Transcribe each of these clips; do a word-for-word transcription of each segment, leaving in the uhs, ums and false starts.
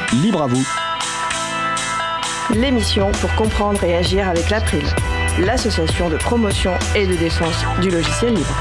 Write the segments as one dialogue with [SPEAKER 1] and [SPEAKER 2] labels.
[SPEAKER 1] libre à vous.
[SPEAKER 2] L'émission pour comprendre et agir avec l'April, l'association de promotion et de défense du logiciel libre.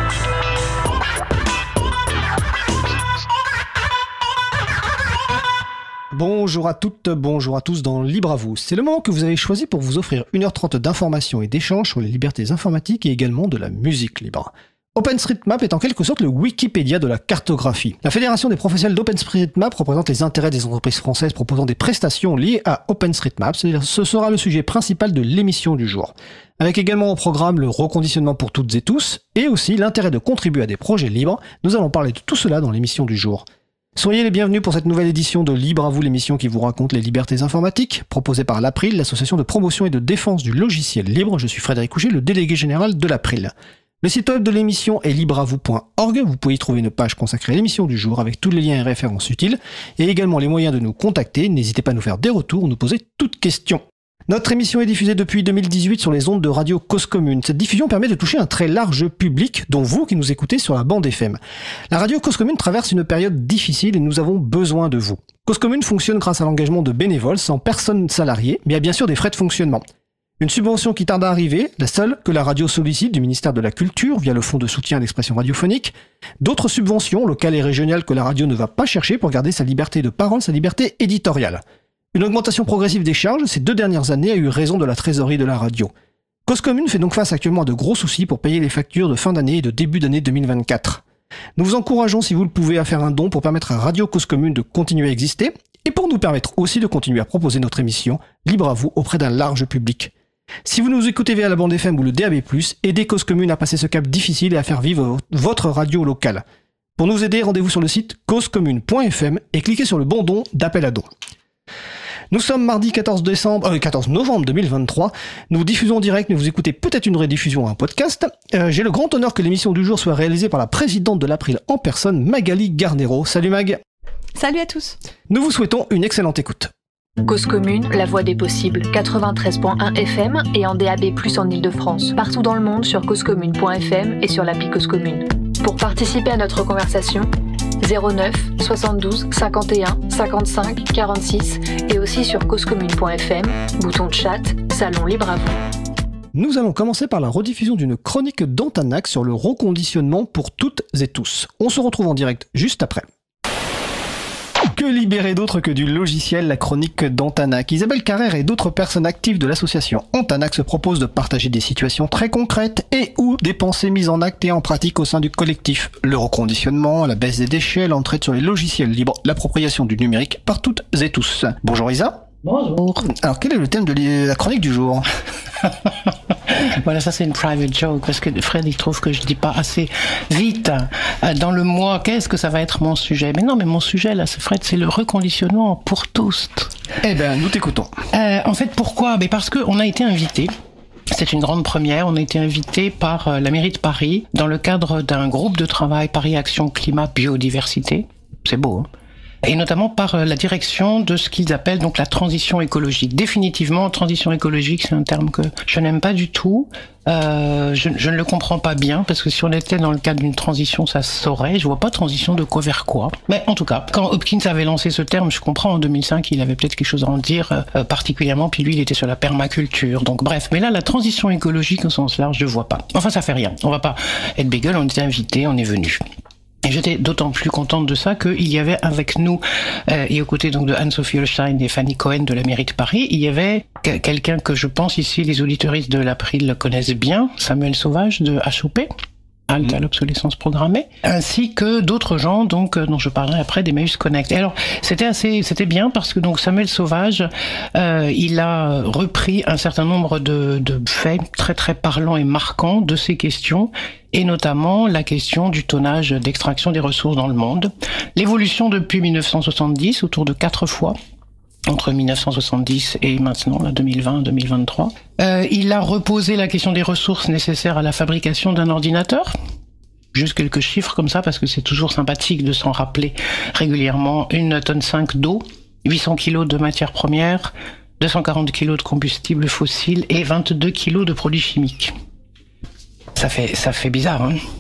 [SPEAKER 1] Bonjour à toutes, bonjour à tous dans Libre à vous. C'est le moment que vous avez choisi pour vous offrir une heure trente d'informations et d'échanges sur les libertés informatiques et également de la musique libre. OpenStreetMap est en quelque sorte le Wikipédia de la cartographie. La Fédération des professionnels d'OpenStreetMap représente les intérêts des entreprises françaises proposant des prestations liées à OpenStreetMap. C'est-à-dire, ce sera le sujet principal de l'émission du jour. Avec également au programme le reconditionnement pour toutes et tous, et aussi l'intérêt de contribuer à des projets libres. Nous allons parler de tout cela dans l'émission du jour. Soyez les bienvenus pour cette nouvelle édition de Libre à vous, l'émission qui vous raconte les libertés informatiques, proposée par l'April, l'association de promotion et de défense du logiciel libre. Je suis Frédéric Couchet, le délégué général de l'April. Le site web de l'émission est libre à vous point org. Vous pouvez y trouver une page consacrée à l'émission du jour avec tous les liens et références utiles, et également les moyens de nous contacter. N'hésitez pas à nous faire des retours ou nous poser toutes questions. Notre émission est diffusée depuis deux mille dix-huit sur les ondes de Radio Cause Commune. Cette diffusion permet de toucher un très large public, dont vous qui nous écoutez sur la bande F M. La Radio Cause Commune traverse une période difficile et nous avons besoin de vous. Cause Commune fonctionne grâce à l'engagement de bénévoles sans personne salariée, mais il y a bien sûr des frais de fonctionnement. Une subvention qui tarde à arriver, la seule que la radio sollicite du ministère de la Culture via le fonds de soutien à l'expression radiophonique. D'autres subventions locales et régionales que la radio ne va pas chercher pour garder sa liberté de parole, sa liberté éditoriale. Une augmentation progressive des charges ces deux dernières années a eu raison de la trésorerie de la radio. Cause Commune fait donc face actuellement à de gros soucis pour payer les factures de fin d'année et de début d'année deux mille vingt-quatre. Nous vous encourageons, si vous le pouvez, à faire un don pour permettre à Radio Cause Commune de continuer à exister et pour nous permettre aussi de continuer à proposer notre émission Libre à vous auprès d'un large public. Si vous nous écoutez via la bande F M ou le D A B plus, aidez Cause Commune à passer ce cap difficile et à faire vivre votre radio locale. Pour nous aider, rendez-vous sur le site cause commune point f m et cliquez sur le bon don d'appel à don. Nous sommes mardi quatorze décembre, euh, quatorze novembre deux mille vingt-trois. Nous diffusons en direct, mais vous écoutez peut-être une rediffusion ou un podcast. Euh, j'ai le grand honneur que l'émission du jour soit réalisée par la présidente de l'April en personne, Magali Garnero. Salut Mag.
[SPEAKER 3] Salut à tous.
[SPEAKER 1] Nous vous souhaitons une excellente écoute.
[SPEAKER 4] Cause Commune, la voix des possibles, quatre-vingt-treize virgule un F M et en D A B plus, en Ile-de-France. Partout dans le monde sur cause commune point f m et sur l'appli Cause Commune. Pour participer à notre conversation, zéro neuf soixante-douze cinquante et un cinquante-cinq quarante-six et aussi sur cause commune point f m, bouton de chat, salon libre à vous.
[SPEAKER 1] Nous allons commencer par la rediffusion d'une chronique d'Antanac sur le reconditionnement pour toutes et tous. On se retrouve en direct juste après. Que libérer d'autre que du logiciel, la chronique d'Antanac. Isabelle Carrère et d'autres personnes actives de l'association Antanac se proposent de partager des situations très concrètes et ou des pensées mises en acte et en pratique au sein du collectif. Le reconditionnement, la baisse des déchets, l'entraide sur les logiciels libres, l'appropriation du numérique par toutes et tous. Bonjour Isa.
[SPEAKER 5] Bonjour.
[SPEAKER 1] Alors quel est le thème de la chronique du jour ?
[SPEAKER 5] Voilà, ça c'est une private joke parce que Fred il trouve que je dis pas assez vite dans le mois. Qu'est-ce que ça va être mon sujet ? Mais non, mais mon sujet là, c'est Fred, c'est le reconditionnement pour tous.
[SPEAKER 1] Eh ben, nous t'écoutons.
[SPEAKER 5] Euh, en fait, pourquoi ? Mais parce que on a été invités. C'est une grande première. On a été invité par la mairie de Paris dans le cadre d'un groupe de travail Paris Action Climat Biodiversité. C'est beau, hein ? Et notamment par la direction de ce qu'ils appellent donc la transition écologique. Définitivement, transition écologique, c'est un terme que je n'aime pas du tout. Euh, je, je ne le comprends pas bien, parce que si on était dans le cadre d'une transition, ça se saurait. Je vois pas transition de quoi vers quoi. Mais en tout cas, quand Hopkins avait lancé ce terme, je comprends, en deux mille cinq, il avait peut-être quelque chose à en dire euh, particulièrement, puis lui, il était sur la permaculture. Donc bref, mais là, la transition écologique au sens large, je vois pas. Enfin, ça fait rien. On va pas être bégueule, on était invités, on est venus. Et j'étais d'autant plus contente de ça qu'il y avait avec nous, euh, et aux côtés donc de Anne-Sophie Holstein et Fanny Cohen de la mairie de Paris, il y avait quelqu'un que je pense ici les auditeuristes de l'April connaissent bien, Samuel Sauvage de H O P, halte à l'obsolescence programmée, ainsi que d'autres gens donc euh, dont je parlerai après d'Emmaüs Connect. Et alors c'était assez, c'était bien parce que donc Samuel Sauvage, euh, il a repris un certain nombre de, de faits très très parlants et marquants de ces questions. Et notamment la question du tonnage d'extraction des ressources dans le monde. L'évolution depuis mille neuf cent soixante-dix, autour de quatre fois, entre mille neuf cent soixante-dix et maintenant, là, deux mille vingt deux mille vingt-trois. Euh, il a reposé la question des ressources nécessaires à la fabrication d'un ordinateur. Juste quelques chiffres comme ça, parce que c'est toujours sympathique de s'en rappeler régulièrement. Une tonne cinq d'eau, huit cents kilos de matières premières, deux cent quarante kilos de combustible fossile et vingt-deux kilos de produits chimiques. Ça fait, ça fait bizarre, hein.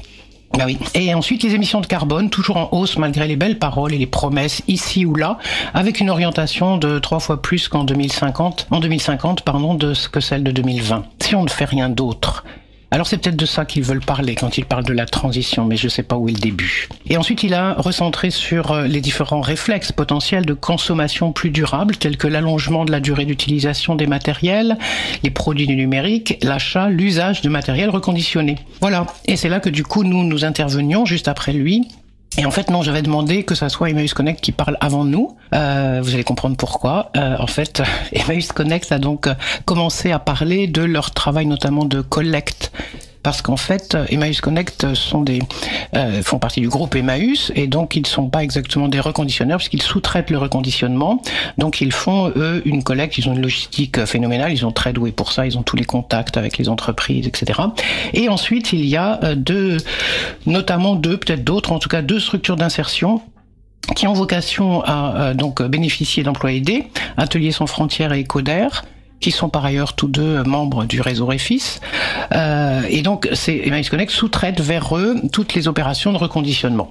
[SPEAKER 5] Bah oui. Et ensuite, les émissions de carbone, toujours en hausse malgré les belles paroles et les promesses ici ou là, avec une orientation de trois fois plus qu'en deux mille cinquante, en deux mille cinquante, pardon, de ce que celle de deux mille vingt. Si on ne fait rien d'autre. Alors c'est peut-être de ça qu'ils veulent parler quand ils parlent de la transition, mais je sais pas où est le début. Et ensuite, il a recentré sur les différents réflexes potentiels de consommation plus durable, tels que l'allongement de la durée d'utilisation des matériels, les produits du numérique, l'achat, l'usage de matériel reconditionné. Voilà. Et c'est là que du coup, nous, nous intervenions juste après lui. Et en fait, non, j'avais demandé que ça soit Emmaüs Connect qui parle avant nous. Euh, vous allez comprendre pourquoi. Euh, en fait, Emmaüs Connect a donc commencé à parler de leur travail, notamment de collecte. Parce qu'en fait, Emmaüs Connect sont des, euh, font partie du groupe Emmaüs, et donc ils ne sont pas exactement des reconditionneurs, puisqu'ils sous-traitent le reconditionnement. Donc ils font, eux, une collecte, ils ont une logistique phénoménale, ils sont très doués pour ça, ils ont tous les contacts avec les entreprises, et cetera. Et ensuite, il y a deux, notamment deux, peut-être d'autres, en tout cas deux structures d'insertion qui ont vocation à euh, donc bénéficier d'emplois aidés, Ateliers sans frontières et Ecoder, qui sont par ailleurs tous deux membres du réseau Refis. Euh, et donc, c'est Emmaüs Connect sous-traite vers eux toutes les opérations de reconditionnement.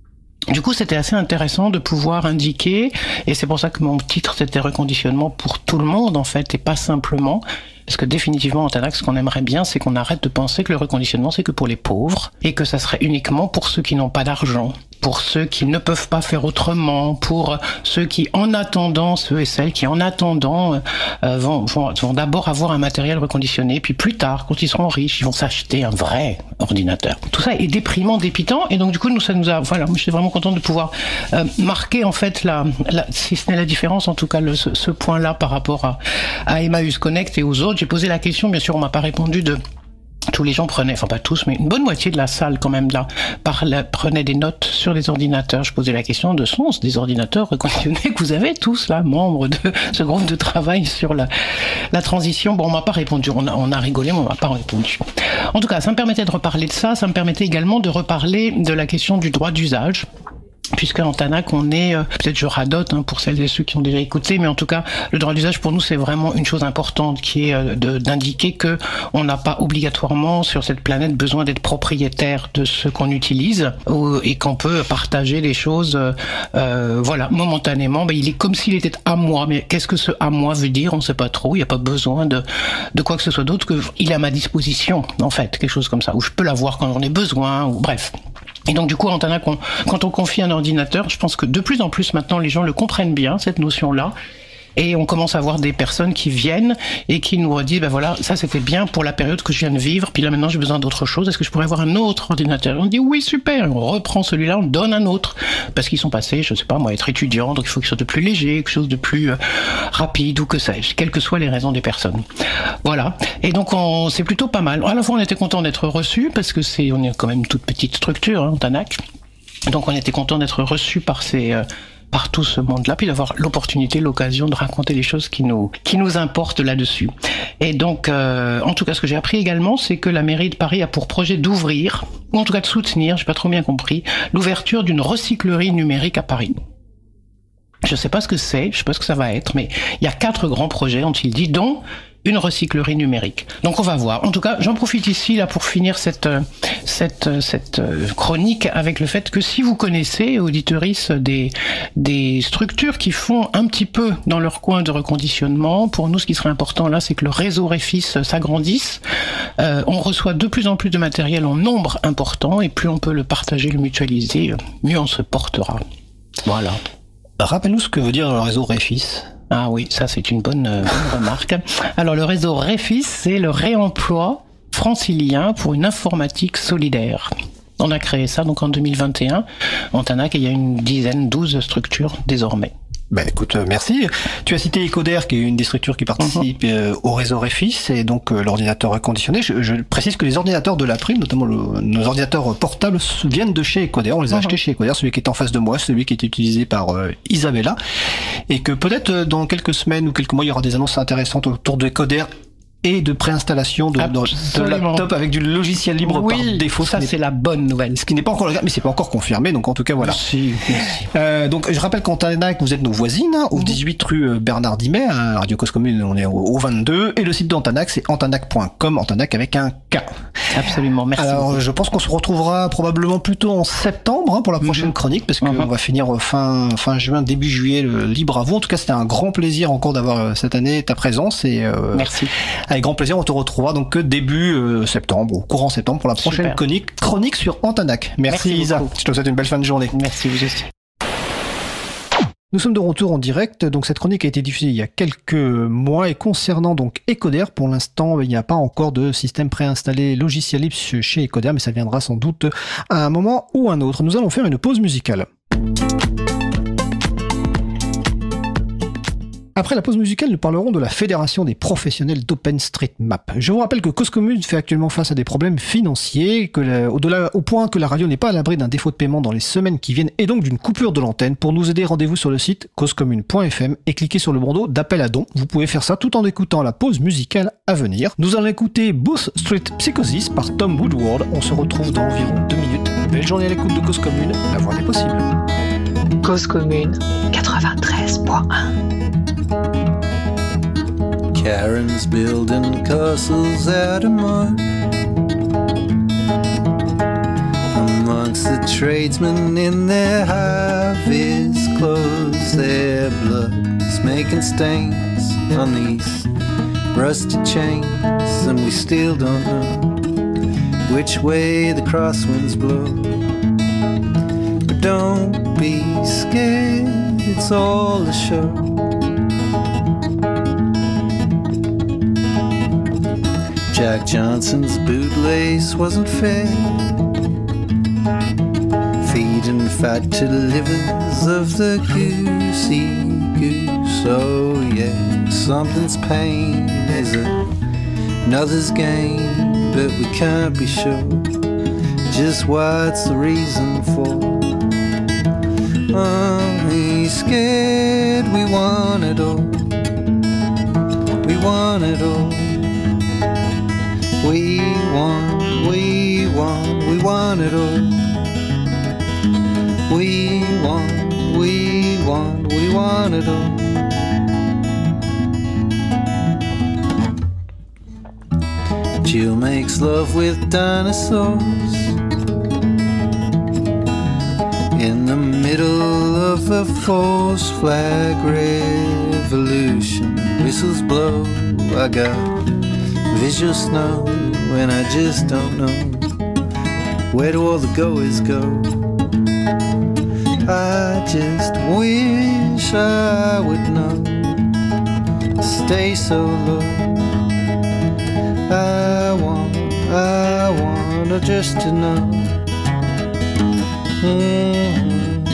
[SPEAKER 5] Du coup, c'était assez intéressant de pouvoir indiquer, et c'est pour ça que mon titre, c'était reconditionnement pour tout le monde, en fait, et pas simplement, parce que définitivement, en Tanac, ce qu'on aimerait bien, c'est qu'on arrête de penser que le reconditionnement, c'est que pour les pauvres, et que ça serait uniquement pour ceux qui n'ont pas d'argent, pour ceux qui ne peuvent pas faire autrement, pour ceux qui, en attendant, ceux et celles qui, en attendant, euh, vont, vont, vont d'abord avoir un matériel reconditionné, puis plus tard, quand ils seront riches, ils vont s'acheter un vrai ordinateur. Tout ça est déprimant, dépitant, et donc du coup, nous, ça nous a, voilà, moi, j'étais vraiment content de pouvoir euh, marquer, en fait, la, la, si ce n'est la différence, en tout cas, le, ce, ce point-là par rapport à, à Emmaüs Connect et aux autres. J'ai posé la question, bien sûr, on m'a pas répondu de... Tous les gens prenaient, enfin pas tous, mais une bonne moitié de la salle quand même là, parlait, prenaient des notes sur les ordinateurs. Je posais la question de sont-ce des ordinateurs reconditionnés que vous avez tous là, membres de ce groupe de travail sur la, la transition. Bon, on m'a pas répondu, on a, on a rigolé, mais on m'a pas répondu. En tout cas, ça me permettait de reparler de ça, ça me permettait également de reparler de la question du droit d'usage. Puisque en Tanac, on est, euh, peut-être je radote hein, pour celles et ceux qui ont déjà écouté, mais en tout cas, le droit d'usage pour nous, c'est vraiment une chose importante qui est euh, de, d'indiquer que on n'a pas obligatoirement sur cette planète besoin d'être propriétaire de ce qu'on utilise ou, et qu'on peut partager les choses, euh, voilà, momentanément. Ben, il est comme s'il était à moi, mais qu'est-ce que ce à moi veut dire? On ne sait pas trop. Il n'y a pas besoin de, de quoi que ce soit d'autre que il est à ma disposition, en fait, quelque chose comme ça, où je peux l'avoir quand j'en ai besoin, ou bref. Et donc du coup, en Tanac, on, quand on confie un ordinateur, je pense que de plus en plus maintenant, les gens le comprennent bien, cette notion-là. Et on commence à voir des personnes qui viennent et qui nous redisent, ben voilà, ça c'était bien pour la période que je viens de vivre, puis là maintenant j'ai besoin d'autre chose, est-ce que je pourrais avoir un autre ordinateur? On dit oui, super, on reprend celui-là, on donne un autre, parce qu'ils sont passés, je sais pas moi, être étudiants, donc il faut qu'il soit de plus léger, quelque chose de plus euh, rapide ou que sais-je, quelles que soient les raisons des personnes. Voilà. Et donc on, c'est plutôt pas mal. À la fois on était content d'être reçus, parce que c'est, on est quand même une toute petite structure, hein, en Tanac. Donc on était content d'être reçus par ces... Euh, par tout ce monde-là, puis d'avoir l'opportunité, l'occasion de raconter les choses qui nous qui nous importent là-dessus. Et donc, euh, en tout cas, ce que j'ai appris également, c'est que la mairie de Paris a pour projet d'ouvrir, ou en tout cas de soutenir, j'ai pas trop bien compris, l'ouverture d'une recyclerie numérique à Paris. Je sais pas ce que c'est, je sais pas ce que ça va être, mais il y a quatre grands projets, ont-ils dit, dont une recyclerie numérique. Donc on va voir. En tout cas, j'en profite ici là pour finir cette cette cette chronique avec le fait que si vous connaissez, auditeuristes, des des structures qui font un petit peu dans leur coin de reconditionnement, pour nous ce qui serait important là, c'est que le réseau Refis s'agrandisse. Euh, on reçoit de plus en plus de matériel en nombre important et plus on peut le partager, le mutualiser, mieux on se portera. Voilà.
[SPEAKER 1] Rappelle-nous ce que veut dire le réseau Refis.
[SPEAKER 5] Ah oui, ça c'est une bonne, euh, bonne remarque. Alors le réseau Refis, c'est le réemploi francilien pour une informatique solidaire. On a créé ça donc en deux mille vingt et un en Tanac et il y a une dizaine, douze structures désormais.
[SPEAKER 1] Ben écoute, euh, merci. Tu as cité Ecoder, qui est une des structures qui participe mm-hmm. euh, au réseau Refis, et donc euh, l'ordinateur reconditionné. Je, je précise que les ordinateurs de la prime, notamment le, nos ordinateurs portables, viennent de chez Ecoder. On les a mm-hmm. achetés chez Ecoder, celui qui est en face de moi, celui qui est utilisé par euh, Isabella, et que peut-être euh, dans quelques semaines ou quelques mois, il y aura des annonces intéressantes autour de Ecoder et de préinstallation de, de, de laptop avec du logiciel libre
[SPEAKER 5] oui,
[SPEAKER 1] par défaut.
[SPEAKER 5] Ça, c'est la bonne nouvelle.
[SPEAKER 1] Ce qui n'est pas encore le cas, mais c'est pas encore confirmé, donc en tout cas, voilà.
[SPEAKER 5] Merci, merci.
[SPEAKER 1] Euh, donc, je rappelle qu'en Tanac, vous êtes nos voisines, hein, au dix-huit rue Bernard Dimet, à Radio Cause Commune, on est au, au vingt-deux, et le site d'Antanac, c'est antanac point com, Antanac avec un K.
[SPEAKER 5] Absolument, merci.
[SPEAKER 1] Alors,
[SPEAKER 5] beaucoup.
[SPEAKER 1] je pense qu'on se retrouvera probablement plutôt en septembre hein, pour la prochaine mmh. chronique, parce qu'on mmh. va finir fin, fin juin, début juillet, le libre à vous. En tout cas, c'était un grand plaisir encore d'avoir cette année ta présence. Et, euh,
[SPEAKER 5] merci.
[SPEAKER 1] Avec grand plaisir, on te retrouvera donc début euh, septembre, ou courant septembre, pour la prochaine Super. chronique, chronique sur Antanac. Merci, merci Isa. Beaucoup. Je te souhaite une belle fin de journée.
[SPEAKER 5] Merci, vous aussi.
[SPEAKER 1] Nous sommes de retour en direct, donc cette chronique a été diffusée il y a quelques mois et concernant donc Ecoder, pour l'instant il n'y a pas encore de système préinstallé logiciel libre chez Ecoder, mais ça viendra sans doute à un moment ou un autre. Nous allons faire une pause musicale. Après la pause musicale, nous parlerons de la Fédération des professionnels d'OpenStreetMap. Je vous rappelle que Cause Commune fait actuellement face à des problèmes financiers, que la, au-delà, au point que la radio n'est pas à l'abri d'un défaut de paiement dans les semaines qui viennent et donc d'une coupure de l'antenne. Pour nous aider, rendez-vous sur le site cause commune point f m et cliquez sur le bandeau d'appel à dons. Vous pouvez faire ça tout en écoutant la pause musicale à venir. Nous allons écouter Booth Street Psychosis par Tom Woodward. On se retrouve dans environ deux minutes. Belle journée à l'écoute de Cause Commune, la voix des possibles.
[SPEAKER 4] Cause Commune quatre-vingt-treize point un.
[SPEAKER 3] Karen's building castles out of mud amongst the tradesmen in their harvest clothes. Their blood is making stains on these rusted chains, and we still don't know which way the crosswinds blow. But don't be scared, it's all a show. Jack Johnson's bootlace wasn't fair, feeding fat to the livers of the goosey goose. Oh yeah, something's pain is another's gain, but we can't be sure just what's the reason for. Oh, he's scared, we want it all, we want it all. We want, we want, we want it all. We want, we want, we want it all. Jill makes love with dinosaurs in the middle of a false flag revolution. Whistles blow, I got visual snow, and I just don't know where do all the goers go. I just wish I would know. Stay so low. I want, I want just to know. Mm-hmm.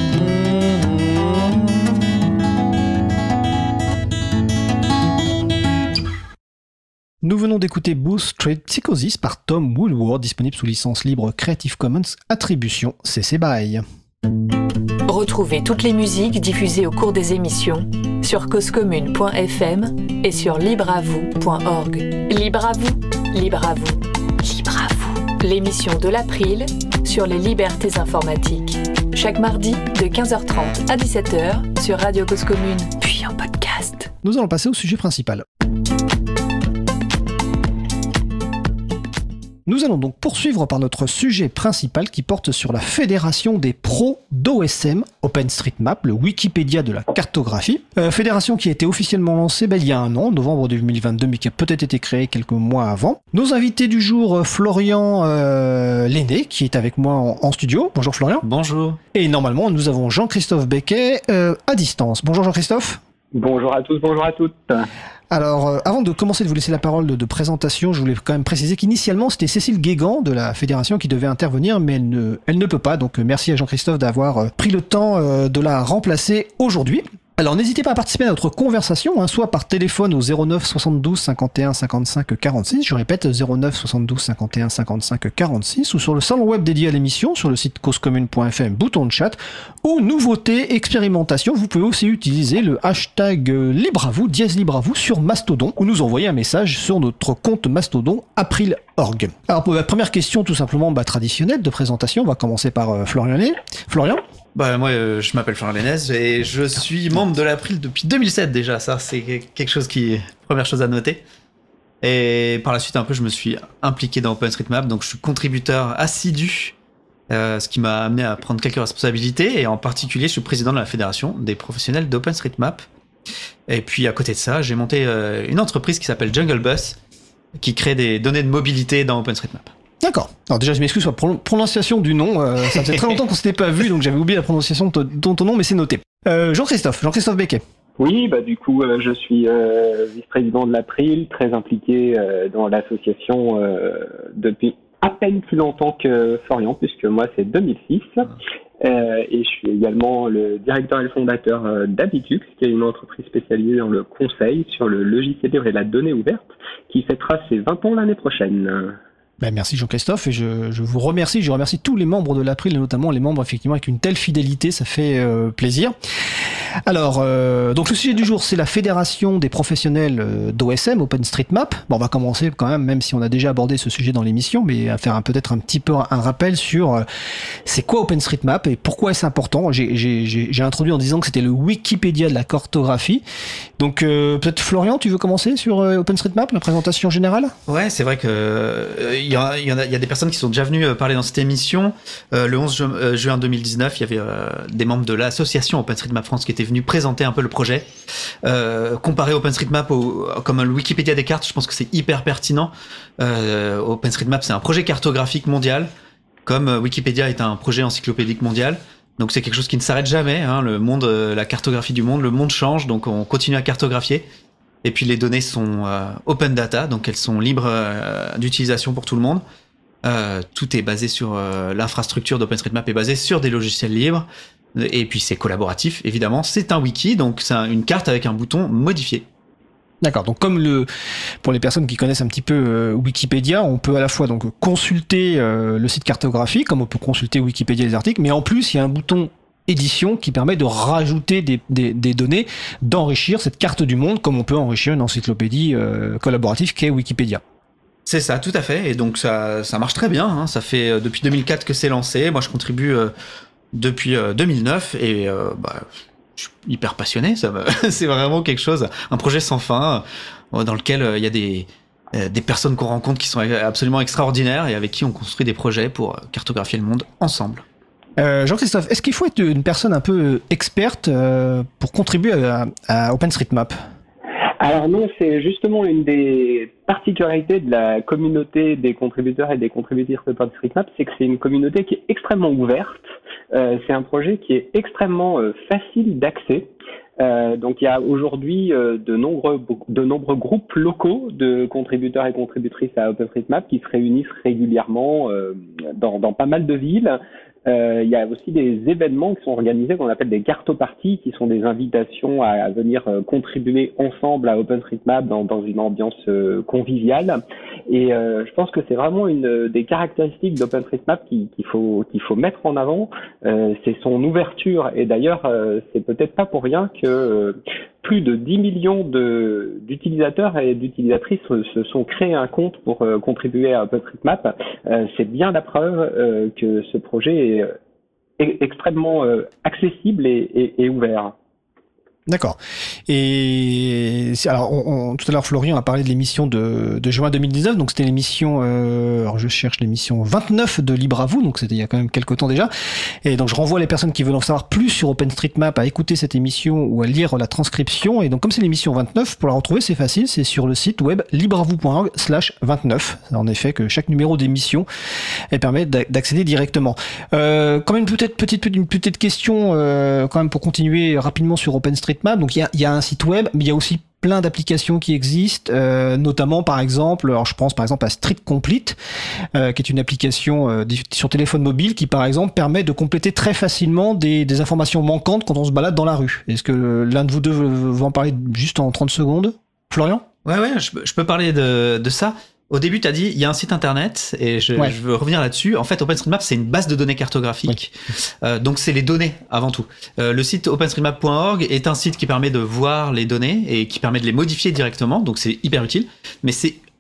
[SPEAKER 1] Nous venons d'écouter Booth Street Psychosis par Tom Woodward, disponible sous licence libre Creative Commons Attribution C C B Y.
[SPEAKER 4] Retrouvez toutes les musiques diffusées au cours des émissions sur cause commune point f m et sur libre à vous point org. Libre à vous, libre à vous, libre à vous. L'émission de l'April sur les libertés informatiques. Chaque mardi de quinze heures trente à dix-sept heures sur Radio Cause Commune, puis en podcast.
[SPEAKER 1] Nous allons passer au sujet principal. Nous allons donc poursuivre par notre sujet principal qui porte sur la Fédération des pros d'O S M, OpenStreetMap, le Wikipédia de la cartographie. Euh, fédération qui a été officiellement lancée ben, il y a un an, novembre deux mille vingt-deux, mais qui a peut-être été créée quelques mois avant. Nos invités du jour, Florian euh, Lenné, qui est avec moi en, en studio. Bonjour Florian.
[SPEAKER 6] Bonjour.
[SPEAKER 1] Et normalement, nous avons Jean-Christophe Becquet euh, à distance. Bonjour Jean-Christophe.
[SPEAKER 6] Bonjour à tous, bonjour à toutes.
[SPEAKER 1] Alors, euh, avant de commencer de vous laisser la parole de, de présentation, je voulais quand même préciser qu'initialement, c'était Cécile Guégan de la Fédération qui devait intervenir, mais elle ne, elle ne peut pas. Donc, euh, merci à Jean-Christophe d'avoir euh, pris le temps euh, de la remplacer aujourd'hui. Alors, n'hésitez pas à participer à notre conversation, hein, soit par téléphone au zéro neuf soixante-douze cinquante et un cinquante-cinq quarante-six, je répète, zéro neuf soixante-douze cinquante et un cinquante-cinq quarante-six, ou sur le salon web dédié à l'émission, sur le site cause commune point f m, bouton de chat, ou nouveauté, expérimentation, vous pouvez aussi utiliser le hashtag libre à vous, dièse libre à vous, sur Mastodon, ou nous envoyer un message sur notre compte Mastodon, april point org. Alors, pour la première question, tout simplement, bah, traditionnelle de présentation, on va commencer par euh, Florian Lenné. Florian ?
[SPEAKER 6] Bah moi euh, je m'appelle Florian Lenné et je suis membre de l'April depuis deux mille sept déjà, ça c'est quelque chose qui, première chose à noter. Et par la suite, un peu, je me suis impliqué dans OpenStreetMap, donc je suis contributeur assidu, euh, ce qui m'a amené à prendre quelques responsabilités. Et en particulier, je suis président de la fédération des professionnels d'OpenStreetMap. Et puis à côté de ça, j'ai monté euh, une entreprise qui s'appelle Jungle Bus, qui crée des données de mobilité dans OpenStreetMap.
[SPEAKER 1] D'accord. Alors déjà, je m'excuse pour la pro- prononciation du nom. Euh, ça faisait très longtemps qu'on s'était pas vu, donc j'avais oublié la prononciation de ton, ton nom, mais c'est noté. Euh, Jean-Christophe, Jean-Christophe Becquet.
[SPEAKER 7] Oui, bah du coup, euh, je suis euh, vice-président de l'April, très impliqué euh, dans l'association euh, depuis à peine plus longtemps que Florian, puisque moi c'est deux mille six. Euh, et je suis également le directeur et le fondateur euh, d'Habitux, qui est une entreprise spécialisée dans le conseil sur le logiciel libre et la donnée ouverte, qui fêtera ses vingt ans l'année prochaine.
[SPEAKER 1] Ben merci Jean-Christophe, et je, je vous remercie, je remercie tous les membres de l'April, et notamment les membres effectivement avec une telle fidélité, ça fait euh, plaisir. Alors, euh, donc le sujet du jour, c'est la fédération des professionnels euh, d'O S M, OpenStreetMap. Bon, on va commencer quand même, même si on a déjà abordé ce sujet dans l'émission, mais à faire un, peut-être un petit peu un rappel sur euh, c'est quoi OpenStreetMap et pourquoi est-ce important. J'ai, j'ai, j'ai, j'ai introduit en disant que c'était le Wikipédia de la cartographie. Donc euh, peut-être Florian, tu veux commencer sur euh, OpenStreetMap, la présentation générale ?
[SPEAKER 6] Ouais, c'est vrai que euh, il y, a, il y en a, il y a des personnes qui sont déjà venues parler dans cette émission. Euh, le onze juin deux mille dix-neuf, il y avait euh, des membres de l'association OpenStreetMap France qui étaient venus présenter un peu le projet. Euh, comparer OpenStreetMap au, comme le Wikipédia des cartes, je pense que c'est hyper pertinent. Euh, OpenStreetMap, c'est un projet cartographique mondial, comme Wikipédia est un projet encyclopédique mondial. Donc c'est quelque chose qui ne s'arrête jamais. Hein. Le monde, la cartographie du monde, le monde change, donc on continue à cartographier. Et puis les données sont euh, open data, donc elles sont libres euh, d'utilisation pour tout le monde. Euh, tout est basé sur euh, l'infrastructure d'OpenStreetMap est basée sur des logiciels libres. Et puis c'est collaboratif, évidemment. C'est un wiki, donc c'est un, une carte avec un bouton modifier.
[SPEAKER 1] D'accord. Donc comme le pour les personnes qui connaissent un petit peu euh, Wikipédia, on peut à la fois donc consulter euh, le site cartographie, comme on peut consulter Wikipédia les articles, mais en plus il y a un bouton édition qui permet de rajouter des, des, des données, d'enrichir cette carte du monde, comme on peut enrichir une encyclopédie euh, collaborative qu'est Wikipédia.
[SPEAKER 6] C'est ça, tout à fait. Et donc ça ça marche très bien. Hein. Ça fait euh, depuis deux mille quatre que c'est lancé. Moi je contribue euh, depuis euh, deux mille neuf et euh, bah je suis hyper passionné, ça me... c'est vraiment quelque chose, un projet sans fin, euh, dans lequel il euh, y a des, euh, des personnes qu'on rencontre qui sont absolument extraordinaires et avec qui on construit des projets pour cartographier le monde ensemble.
[SPEAKER 1] Euh, Jean-Christophe, est-ce qu'il faut être une personne un peu experte euh, pour contribuer à, à OpenStreetMap ?
[SPEAKER 7] Alors non, c'est justement une des particularités de la communauté des contributeurs et des contributeurs de OpenStreetMap, c'est que c'est une communauté qui est extrêmement ouverte. Euh, c'est un projet qui est extrêmement euh, facile d'accès. Euh, donc il y a aujourd'hui euh, de nombreux de nombreux groupes locaux de contributeurs et contributrices à OpenStreetMap qui se réunissent régulièrement euh, dans, dans pas mal de villes. Euh, il y a aussi des événements qui sont organisés qu'on appelle des cartoparties, qui sont des invitations à, à venir euh, contribuer ensemble à OpenStreetMap dans, dans une ambiance euh, conviviale. Et euh, je pense que c'est vraiment une des caractéristiques d'OpenStreetMap qu'il, qu'il faut qu'il faut mettre en avant. Euh, c'est son ouverture. Et d'ailleurs, euh, c'est peut-être pas pour rien que euh, plus de dix millions de, d'utilisateurs et d'utilisatrices se, se sont créés un compte pour euh, contribuer à OpenStreetMap. Euh, c'est bien la preuve euh, que ce projet est est extrêmement euh, accessible et, et, et ouvert.
[SPEAKER 1] D'accord. Et alors, on, on, tout à l'heure, Florian a parlé de l'émission de, de juin deux mille dix-neuf. Donc, c'était l'émission. Euh, alors, je cherche l'émission vingt-neuf de Libre à vous. Donc, c'était il y a quand même quelques temps déjà. Et donc, je renvoie les personnes qui veulent en savoir plus sur OpenStreetMap à écouter cette émission ou à lire la transcription. Et donc, comme c'est l'émission vingt-neuf, pour la retrouver, c'est facile. C'est sur le site web libreavou point org slash vingt-neuf. En effet, que chaque numéro d'émission elle permet d'accéder directement. Euh, quand même, peut-être petite une petite question euh, quand même pour continuer rapidement sur OpenStreetMap. Donc il y a, y a un site web, mais il y a aussi plein d'applications qui existent, euh, notamment par exemple, alors je pense par exemple à Street Complete, euh, qui est une application euh, sur téléphone mobile qui par exemple permet de compléter très facilement des, des informations manquantes quand on se balade dans la rue. Est-ce que l'un de vous deux veut, veut en parler juste en trente secondes ? Florian ?
[SPEAKER 6] Ouais, ouais, je, je peux parler de, de ça. Au début, tu as dit, il y a un site internet, et je, ouais. je veux revenir là-dessus. En fait, OpenStreetMap, c'est une base de données cartographiques. Oui. Euh, donc, c'est les données avant tout. Euh, le site openstreetmap point org est un site qui permet de voir les données et qui permet de les modifier directement. Donc, c'est hyper utile. Mais c'est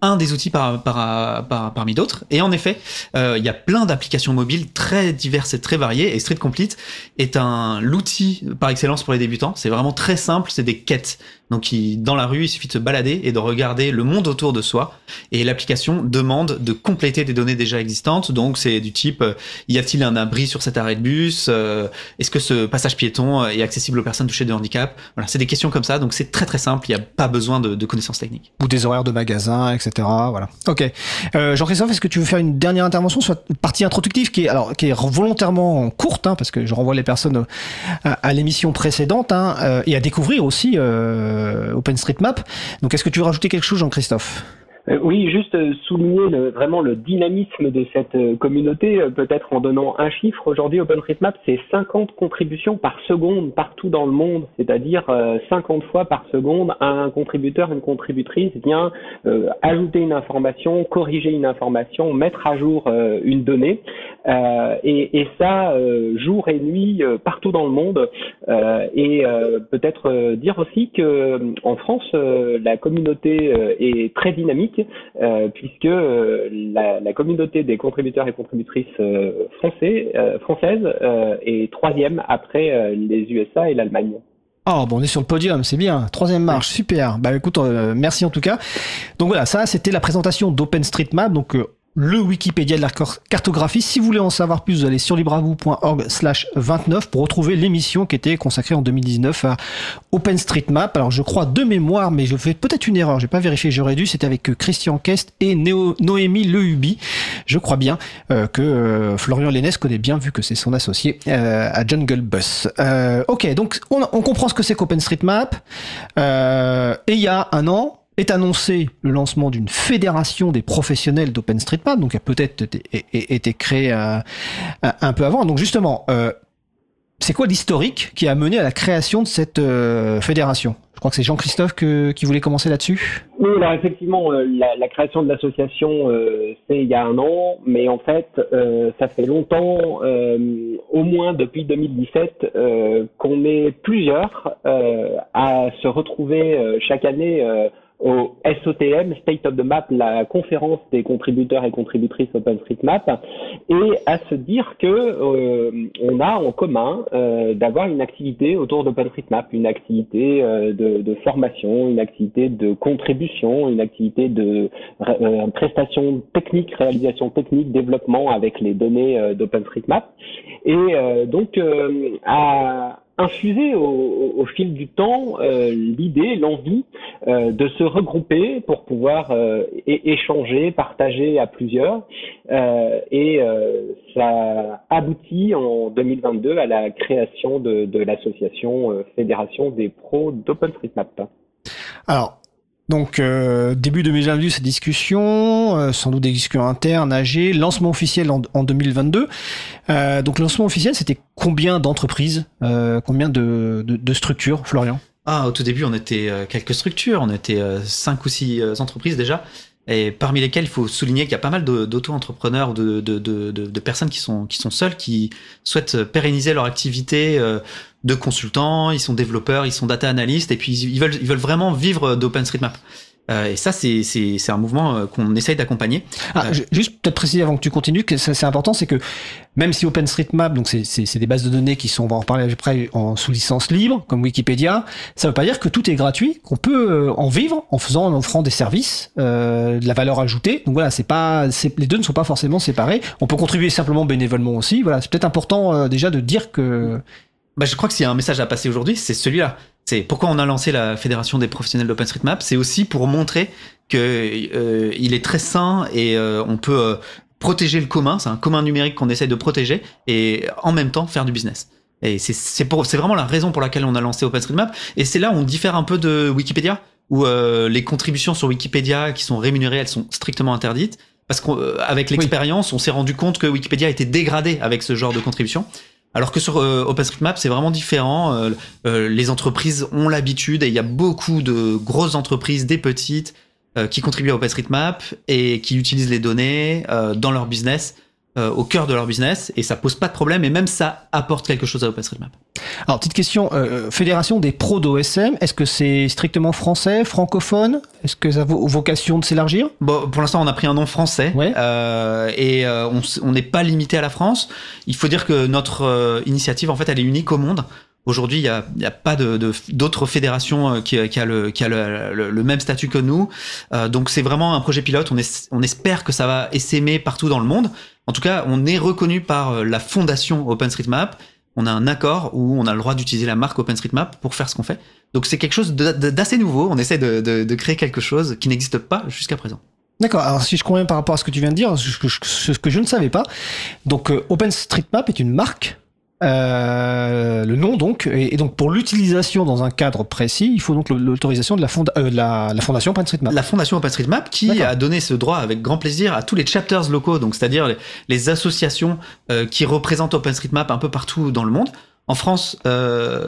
[SPEAKER 6] un des outils par, par, par, parmi d'autres. Et en effet, euh, il y a plein d'applications mobiles très diverses et très variées. Et Street Complete est un l'outil par excellence pour les débutants. C'est vraiment très simple, c'est des quêtes. Donc, il, dans la rue, il suffit de se balader et de regarder le monde autour de soi. Et l'application demande de compléter des données déjà existantes. Donc, c'est du type, euh, y a-t-il un abri sur cet arrêt de bus? euh, Est-ce que ce passage piéton est accessible aux personnes touchées de handicap? Voilà, c'est des questions comme ça. Donc, c'est très très simple. Il n'y a pas besoin de, de connaissances techniques.
[SPEAKER 1] Ou des horaires de magasins, et cetera. Voilà. Ok. Euh, Jean-Christophe, est-ce que tu veux faire une dernière intervention sur la partie introductive qui est, alors, qui est volontairement courte, hein, parce que je renvoie les personnes à, à l'émission précédente, hein, euh, et à découvrir aussi euh, OpenStreetMap. Donc, est-ce que tu veux rajouter quelque chose, Jean-Christophe ?
[SPEAKER 7] Euh, oui, juste euh, souligner le, vraiment le dynamisme de cette euh, communauté, euh, peut-être en donnant un chiffre. Aujourd'hui, OpenStreetMap, c'est cinquante contributions par seconde partout dans le monde, c'est-à-dire euh, cinquante fois par seconde, un contributeur, une contributrice vient euh, ajouter une information, corriger une information, mettre à jour euh, une donnée, euh, et, et ça, euh, jour et nuit, euh, partout dans le monde. Euh, et euh, peut-être euh, dire aussi que en France, euh, la communauté euh, est très dynamique. Euh, puisque euh, la, la communauté des contributeurs et contributrices euh, français, euh, françaises euh, est troisième après euh, les U S A et l'Allemagne.
[SPEAKER 1] Oh, bon, on est sur le podium, c'est bien. Troisième marche, super. Bah écoute, euh, merci en tout cas. Donc voilà, ça c'était la présentation d'OpenStreetMap, donc euh, le Wikipédia de la cartographie. Si vous voulez en savoir plus, vous allez sur libravou point org slash vingt-neuf pour retrouver l'émission qui était consacrée en deux mille dix-neuf à OpenStreetMap. Alors je crois de mémoire, mais je fais peut-être une erreur, j'ai pas vérifié, j'aurais dû, c'était avec Christian Kest et Néo, Noémie Lehuby. Je crois bien euh, que euh, Florian Lénès connaît bien, vu que c'est son associé euh, à Jungle Bus. Euh, ok, donc on, on comprend ce que c'est qu'OpenStreetMap. Euh, et il y a un an, est annoncé le lancement d'une fédération des professionnels d'OpenStreetMap, donc qui a peut-être été, été créée euh, un peu avant. Donc justement, euh, c'est quoi l'historique qui a mené à la création de cette euh, fédération ? Je crois que c'est Jean-Christophe que, qui voulait commencer là-dessus.
[SPEAKER 7] Oui, alors effectivement, euh, la, la création de l'association, euh, c'est il y a un an, mais en fait, euh, ça fait longtemps, euh, au moins depuis deux mille dix-sept, euh, qu'on est plusieurs euh, à se retrouver euh, chaque année euh, au S O T M, State of the Map, la conférence des contributeurs et contributrices OpenStreetMap, et à se dire que euh, on a en commun euh, d'avoir une activité autour d'OpenStreetMap, une activité euh, de, de formation, une activité de contribution, une activité de euh, prestation technique, réalisation technique, développement avec les données euh, d'OpenStreetMap, et euh, donc euh, à infuser au, au fil du temps euh, l'idée, l'envie euh, de se regrouper pour pouvoir euh, é- échanger, partager à plusieurs. Euh, et euh, ça aboutit en deux mille vingt-deux à la création de, de l'association euh, Fédération des pros d'OpenStreetMap.
[SPEAKER 1] Alors, donc euh, début deux mille vingt-deux, cette discussion, euh, sans doute des discussions internes, A G, lancement officiel en, en deux mille vingt-deux. Euh, donc lancement officiel, c'était combien d'entreprises, euh, combien de, de, de structures, Florian ?
[SPEAKER 6] Ah, au tout début, on était euh, quelques structures, on était euh, cinq ou six euh, entreprises déjà, et parmi lesquelles il faut souligner qu'il y a pas mal de, d'auto-entrepreneurs, de, de, de, de, de personnes qui sont, qui sont seules, qui souhaitent pérenniser leur activité euh, de consultants, ils sont développeurs, ils sont data analystes, et puis ils veulent, ils veulent vraiment vivre d'OpenStreetMap. Euh, et ça, c'est, c'est, c'est un mouvement qu'on essaye d'accompagner.
[SPEAKER 1] Ah, euh, juste peut-être préciser avant que tu continues, que ça, c'est important, c'est que même si OpenStreetMap, donc c'est, c'est, c'est des bases de données qui sont, on va en reparler après, en sous licence libre, comme Wikipédia, ça veut pas dire que tout est gratuit, qu'on peut en vivre en faisant, en offrant des services, euh, de la valeur ajoutée. Donc voilà, c'est pas, c'est, les deux ne sont pas forcément séparés. On peut contribuer simplement bénévolement aussi. Voilà, c'est peut-être important euh, déjà de dire que.
[SPEAKER 6] Bah, je crois que s'il y a un message à passer aujourd'hui, c'est celui-là. C'est pourquoi on a lancé la Fédération des professionnels d'OpenStreetMap. C'est aussi pour montrer que euh, il est très sain et euh, on peut euh, protéger le commun. C'est un commun numérique qu'on essaie de protéger et en même temps faire du business. Et c'est, c'est, pour, c'est vraiment la raison pour laquelle on a lancé OpenStreetMap. Et c'est là où on diffère un peu de Wikipédia, où euh, les contributions sur Wikipédia qui sont rémunérées, elles sont strictement interdites. Parce qu'avec l'expérience, oui. on s'est rendu compte que Wikipédia était dégradé avec ce genre de contribution. Alors que sur euh, OpenStreetMap, c'est vraiment différent. Euh, euh, les entreprises ont l'habitude, et il y a beaucoup de grosses entreprises, des petites, euh, qui contribuent à OpenStreetMap et qui utilisent les données euh, dans leur business euh, au cœur de leur business et ça pose pas de problème et même ça apporte quelque chose à OpenStreetMap.
[SPEAKER 1] Alors, petite question, euh, Fédération des pros d'O S M, est-ce que c'est strictement français, francophone? Est-ce que ça a vocation de s'élargir?
[SPEAKER 6] Bon, pour l'instant, on a pris un nom français
[SPEAKER 1] ouais.
[SPEAKER 6] euh, et euh, on n'est pas limité à la France. Il faut dire que notre euh, initiative, en fait, elle est unique au monde. Aujourd'hui, il n'y a, y a pas de, de, d'autres fédérations qui, qui a, le, qui a le, le, le même statut que nous. Euh, donc, c'est vraiment un projet pilote. On, est, on espère que ça va essaimer partout dans le monde. En tout cas, on est reconnu par la fondation OpenStreetMap. On a un accord où on a le droit d'utiliser la marque OpenStreetMap pour faire ce qu'on fait. Donc, c'est quelque chose de, de, d'assez nouveau. On essaie de, de, de créer quelque chose qui n'existe pas jusqu'à présent.
[SPEAKER 1] D'accord. Alors, si je conviens par rapport à ce que tu viens de dire, ce que je, ce que je ne savais pas. Donc, euh, OpenStreetMap est une marque. Euh, le nom donc et, et donc pour l'utilisation dans un cadre précis, il faut donc l'autorisation de la, fonda- euh, la, la fondation OpenStreetMap.
[SPEAKER 6] La fondation OpenStreetMap qui D'accord. a donné ce droit avec grand plaisir à tous les chapters locaux, donc c'est-à-dire les, les associations euh, qui représentent OpenStreetMap un peu partout dans le monde. En France, euh,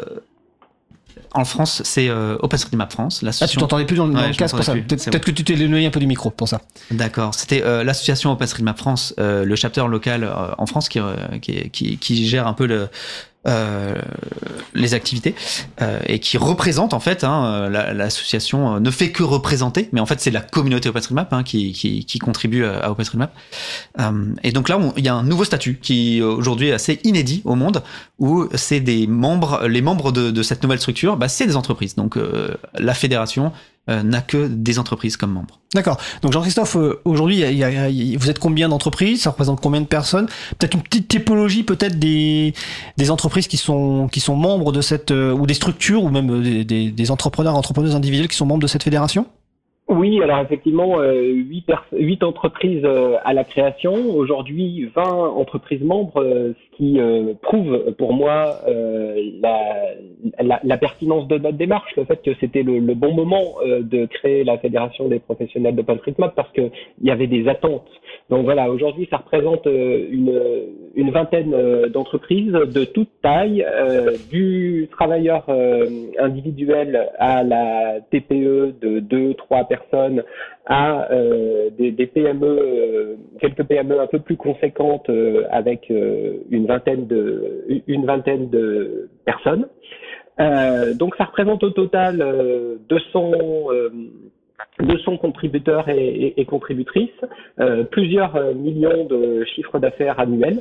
[SPEAKER 6] en France, c'est euh, OpenStreetMap France.
[SPEAKER 1] Ah, tu t'entendais plus dans, dans ouais, le casque pour ça. Peut-être, peut-être bon. que tu t'es éloigné un peu du micro pour ça.
[SPEAKER 6] D'accord. C'était euh, l'association OpenStreetMap France, euh, le chapter local euh, en France qui, euh, qui, qui, qui gère un peu le, euh, les activités euh, et qui représente en fait hein, la, l'association ne fait que représenter, mais en fait c'est la communauté OpenStreetMap hein, qui, qui, qui contribue à OpenStreetMap. Euh, et donc là, il y a un nouveau statut qui aujourd'hui est assez inédit au monde, où c'est des membres, les membres de, de cette nouvelle structure, bah, c'est des entreprises. Donc euh, la fédération euh, n'a que des entreprises comme membres.
[SPEAKER 1] D'accord. Donc Jean-Christophe, euh, aujourd'hui, il y a, il y a, vous êtes combien d'entreprises? Ça représente combien de personnes? Peut-être une petite typologie, peut-être des des entreprises qui sont qui sont membres de cette euh, ou des structures ou même des, des, des entrepreneurs, entrepreneuses individuelles qui sont membres de cette fédération?
[SPEAKER 7] Oui, alors effectivement, huit euh, entreprises euh, à la création, aujourd'hui vingt entreprises membres, euh, ce qui euh, prouve pour moi euh, la, la, la pertinence de notre démarche, le fait que c'était le, le bon moment euh, de créer la Fédération des professionnels d'OpenStreetMap parce qu'il y avait des attentes. Donc voilà, aujourd'hui ça représente euh, une, une vingtaine euh, d'entreprises de toute taille, euh, du travailleur euh, individuel à la T P E de deux, trois personnes, à euh, des, des P M E, euh, quelques P M E un peu plus conséquentes euh, avec euh, une vingtaine de une vingtaine de personnes. Euh, donc ça représente au total euh, deux cents euh, deux cents contributeurs et, et, et contributrices, euh, plusieurs euh, millions de chiffres d'affaires annuels.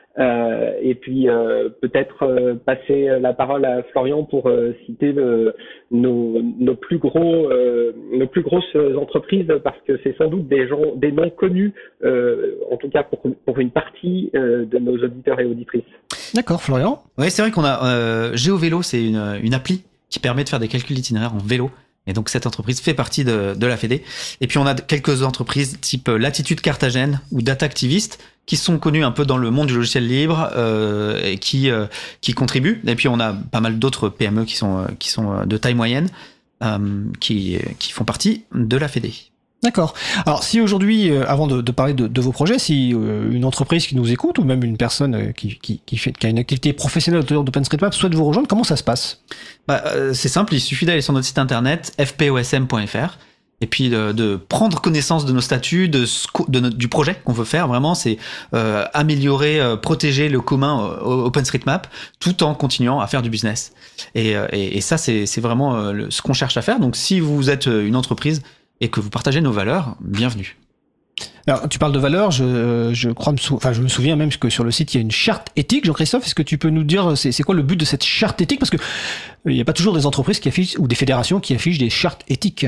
[SPEAKER 7] Euh, et puis euh, peut-être euh, passer la parole à Florian pour euh, citer le, nos, nos plus gros, euh, nos plus grosses entreprises parce que c'est sans doute des gens, des noms connus, euh, en tout cas pour, pour une partie euh, de nos auditeurs et auditrices.
[SPEAKER 1] D'accord, Florian.
[SPEAKER 6] Oui, c'est vrai qu'on a euh, GeoVélo, c'est une, une appli qui permet de faire des calculs d'itinéraire en vélo. Et donc cette entreprise fait partie de, de la Fédé. Et puis on a quelques entreprises type Latitude Carthagène ou Data Activist qui sont connues un peu dans le monde du logiciel libre euh, et qui euh, qui contribuent. Et puis on a pas mal d'autres P M E qui sont qui sont de taille moyenne euh, qui qui font partie de la Fédé.
[SPEAKER 1] D'accord. Alors si aujourd'hui, euh, avant de, de parler de, de vos projets, si euh, une entreprise qui nous écoute ou même une personne euh, qui, qui, qui, fait, qui a une activité professionnelle autour d'OpenStreetMap souhaite vous rejoindre, comment ça se passe? Bah,
[SPEAKER 6] euh, c'est simple, il suffit d'aller sur notre site internet f p o s m point f r et puis de, de prendre connaissance de nos statuts, de, de notre, du projet qu'on veut faire. Vraiment, c'est euh, améliorer, euh, protéger le commun euh, OpenStreetMap tout en continuant à faire du business. Et, euh, et, et ça, c'est, c'est vraiment euh, le, ce qu'on cherche à faire. Donc si vous êtes une entreprise et que vous partagez nos valeurs, bienvenue.
[SPEAKER 1] Alors, tu parles de valeurs, je, je crois me sou... enfin, je me souviens même que sur le site, il y a une charte éthique. Jean-Christophe, est-ce que tu peux nous dire, c'est, c'est quoi le but de cette charte éthique? Parce que il n'y a pas toujours des entreprises qui affichent, ou des fédérations qui affichent des chartes éthiques.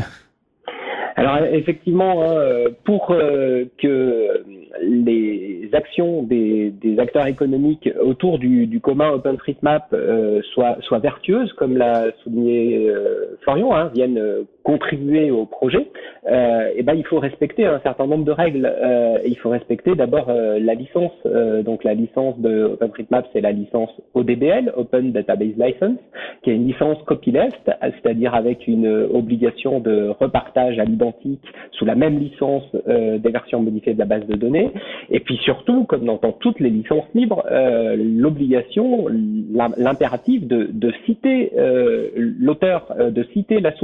[SPEAKER 7] Alors, effectivement, hein, pour euh, que les actions des, des acteurs économiques autour du, du commun OpenStreetMap euh, soient, soient vertueuses, comme l'a souligné euh, Florian, hein, viennent euh, contribuer au projet, euh, et ben il faut respecter un certain nombre de règles. Euh, il faut respecter d'abord euh, la licence. Euh, donc la licence de OpenStreetMap, c'est la licence O D B L, Open Database License, qui est une licence copyleft, c'est-à-dire avec une obligation de repartage à l'identique sous la même licence euh, des versions modifiées de la base de données. Et puis surtout, comme dans, dans toutes les licences libres, euh, l'obligation, l'impératif de, de citer euh, l'auteur, euh, de citer la source.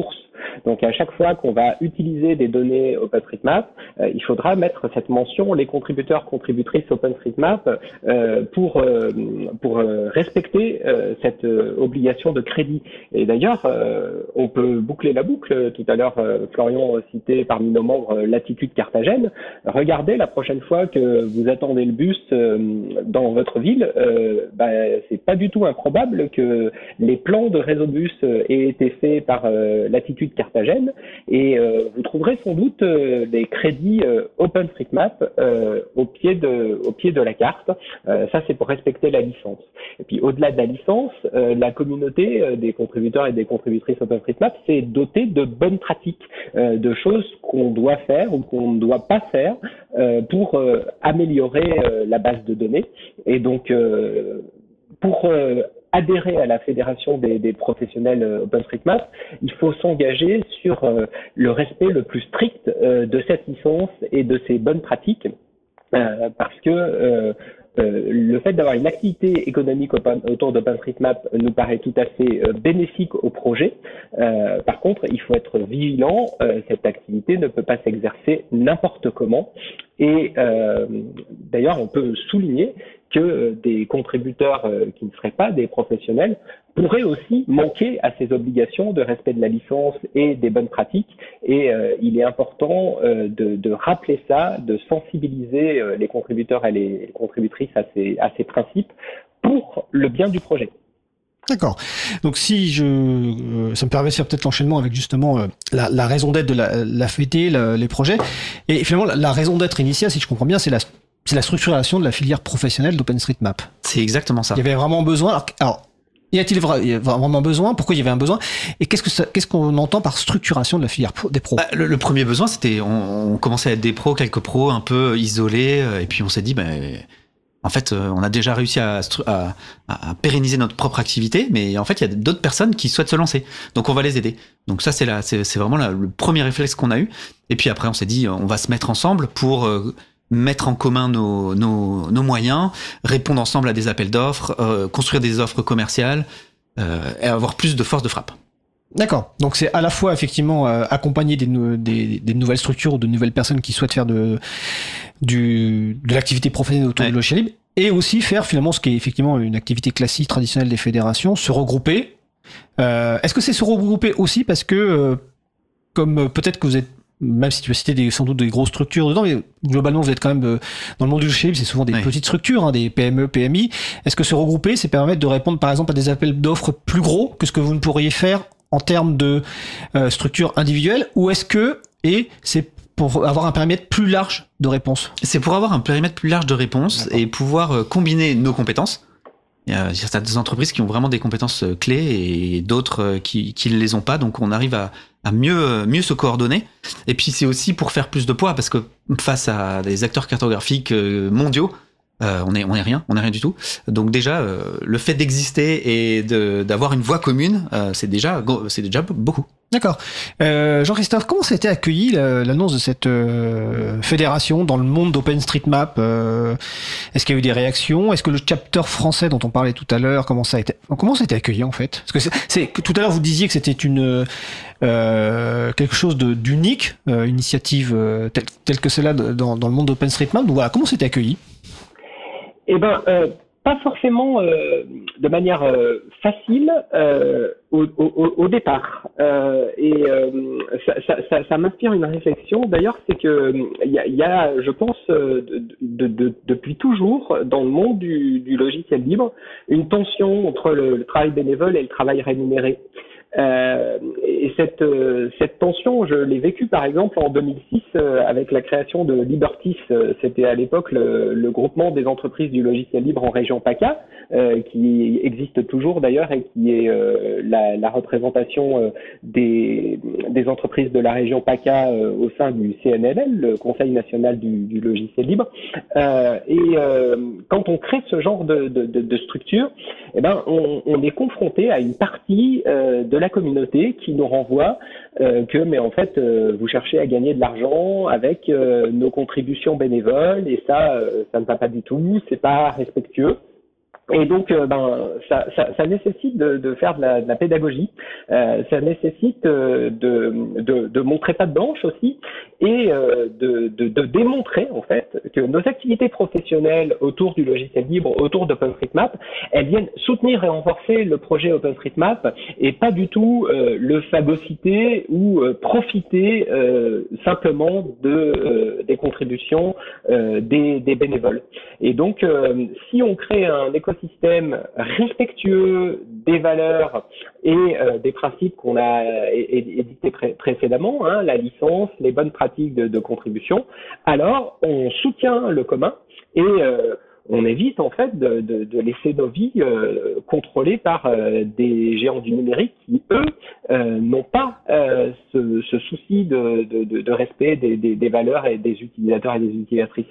[SPEAKER 7] Donc à chaque fois qu'on va utiliser des données OpenStreetMap, euh, il faudra mettre cette mention les contributeurs contributrices OpenStreetMap euh, pour euh, pour euh, respecter euh, cette euh, obligation de crédit. Et d'ailleurs, euh, on peut boucler la boucle. Tout à l'heure, euh, Florian citait parmi nos membres euh, Latitude Carthagène. Regardez la prochaine fois que vous attendez le bus euh, dans votre ville, euh, bah, c'est pas du tout improbable que les plans de réseau de bus euh, aient été faits par euh, Latitude Carthagène, et euh, vous trouverez sans doute euh, des crédits euh, OpenStreetMap euh, au pied de au pied de la carte. Euh, ça, c'est pour respecter la licence. Et puis au-delà de la licence, euh, la communauté euh, des contributeurs et des contributrices OpenStreetMap s'est dotée de bonnes pratiques, euh, de choses qu'on doit faire ou qu'on ne doit pas faire euh, pour euh, améliorer euh, la base de données. Et donc, euh, pour euh, adhérer à la fédération des, des professionnels euh, OpenStreetMap, il faut s'engager sur euh, le respect le plus strict euh, de cette licence et de ces bonnes pratiques, euh, parce que euh, Euh, le fait d'avoir une activité économique open, autour d'OpenStreetMap nous paraît tout à fait euh, bénéfique au projet. Euh, par contre, il faut être vigilant. Euh, cette activité ne peut pas s'exercer n'importe comment. Et euh, d'ailleurs, on peut souligner que euh, des contributeurs euh, qui ne seraient pas des professionnels pourraient aussi manquer à ces obligations de respect de la licence et des bonnes pratiques. Et euh, il est important euh, de, de rappeler ça, de sensibiliser euh, les contributeurs et les, les contributrices à ces, à ces principes pour le bien du projet.
[SPEAKER 1] D'accord. Donc si je, euh, ça me permet de faire peut-être l'enchaînement avec justement euh, la, la raison d'être de la, la F D, la, les projets. Et finalement, la, la raison d'être initiale, si je comprends bien, c'est la c'est la structuration de la filière professionnelle d'OpenStreetMap.
[SPEAKER 6] C'est exactement ça.
[SPEAKER 1] Il y avait vraiment besoin. Alors, alors y a-t-il vraiment besoin? Pourquoi il y avait un besoin? Et qu'est-ce que ça, qu'est-ce qu'on entend par structuration de la filière pro, des pros?
[SPEAKER 6] Bah, le, le premier besoin, c'était on, on commençait à être des pros, quelques pros un peu isolés, et puis on s'est dit, ben. Bah, en fait, on a déjà réussi à, à, à pérenniser notre propre activité, mais en fait, il y a d'autres personnes qui souhaitent se lancer. Donc, on va les aider. Donc ça, c'est, la, c'est, c'est vraiment la, le premier réflexe qu'on a eu. Et puis après, on s'est dit, on va se mettre ensemble pour euh, mettre en commun nos, nos, nos moyens, répondre ensemble à des appels d'offres, euh, construire des offres commerciales euh, et avoir plus de force de frappe.
[SPEAKER 1] D'accord. Donc c'est à la fois effectivement euh, accompagner des, des, des nouvelles structures ou de nouvelles personnes qui souhaitent faire de, du, de l'activité professionnelle autour ouais. du logiciel libre, et aussi faire finalement ce qui est effectivement une activité classique traditionnelle des fédérations, se regrouper. Euh, est-ce que c'est se regrouper aussi parce que, euh, comme peut-être que vous êtes, même si tu as cité des, sans doute des grosses structures dedans, mais globalement vous êtes quand même euh, dans le monde du logiciel libre, c'est souvent des ouais. petites structures, hein, des P M E, P M I. Est-ce que se regrouper, c'est permettre de répondre par exemple à des appels d'offres plus gros que ce que vous ne pourriez faire en termes de euh, structure individuelle, ou est-ce que, et c'est pour avoir un périmètre plus large de réponse? C'est
[SPEAKER 6] pour avoir un périmètre plus large de réponse et pouvoir euh, combiner nos compétences. Il y a certaines entreprises qui ont vraiment des compétences euh, clés et d'autres euh, qui qui ne les ont pas, donc on arrive à, à mieux mieux se coordonner. Et puis c'est aussi pour faire plus de poids, parce que face à des acteurs cartographiques euh, mondiaux, Euh, on est on est rien, on est rien du tout. Donc déjà, euh, le fait d'exister et de, d'avoir une voix commune, euh, c'est déjà c'est déjà beaucoup.
[SPEAKER 1] D'accord. Euh, Jean-Christophe, comment ça a été accueilli l'annonce de cette euh, fédération dans le monde d'OpenStreetMap? euh, Est-ce qu'il y a eu des réactions? Est-ce que le chapter français dont on parlait tout à l'heure, comment ça a été comment ça a été accueilli en fait? Parce que c'est, c'est tout à l'heure vous disiez que c'était une euh, quelque chose de d'unique, euh, initiative euh, telle, telle que celle-là dans, dans le monde d'OpenStreetMap. Donc voilà, comment c'était accueilli?
[SPEAKER 7] Eh ben, euh, pas forcément euh, de manière euh, facile euh, au, au, au départ. Euh, et euh, ça, ça, ça, ça m'inspire une réflexion. D'ailleurs, c'est que il y a, y a, je pense, de, de, de, depuis toujours dans le monde du, du logiciel libre, une tension entre le, le travail bénévole et le travail rémunéré. Euh, et cette euh, cette tension, je l'ai vécue par exemple en deux mille six euh, avec la création de Libertis. Euh, c'était à l'époque le, le groupement des entreprises du logiciel libre en région PACA, euh, qui existe toujours d'ailleurs et qui est euh, la, la représentation euh, des des entreprises de la région PACA euh, au sein du C N L L, le Conseil national du, du logiciel libre. Euh, et euh, quand on crée ce genre de de, de, de structure, eh ben on, on est confronté à une partie euh, de la communauté qui nous renvoie euh, que mais en fait euh, vous cherchez à gagner de l'argent avec euh, nos contributions bénévoles et ça euh, ça ne va pas du tout, c'est pas respectueux. Et donc, euh, ben, ça, ça, ça nécessite de, de faire de la, de la pédagogie, euh, ça nécessite euh, de, de, de montrer patte blanche aussi, et euh, de, de, de démontrer en fait que nos activités professionnelles autour du logiciel libre, autour d'OpenStreetMap, elles viennent soutenir et renforcer le projet OpenStreetMap, et pas du tout euh, le phagocyter ou euh, profiter euh, simplement de euh, des contributions euh, des, des bénévoles. Et donc, euh, si on crée un écosystème système respectueux des valeurs et euh, des principes qu'on a édités pré- précédemment, hein, la licence, les bonnes pratiques de, de contribution, alors on soutient le commun et euh, on évite en fait de, de, de laisser nos vies euh, contrôlées par euh, des géants du numérique qui, eux, euh, n'ont pas euh, ce, ce souci de, de, de, de respect des, des, des valeurs et des utilisateurs et des utilisatrices.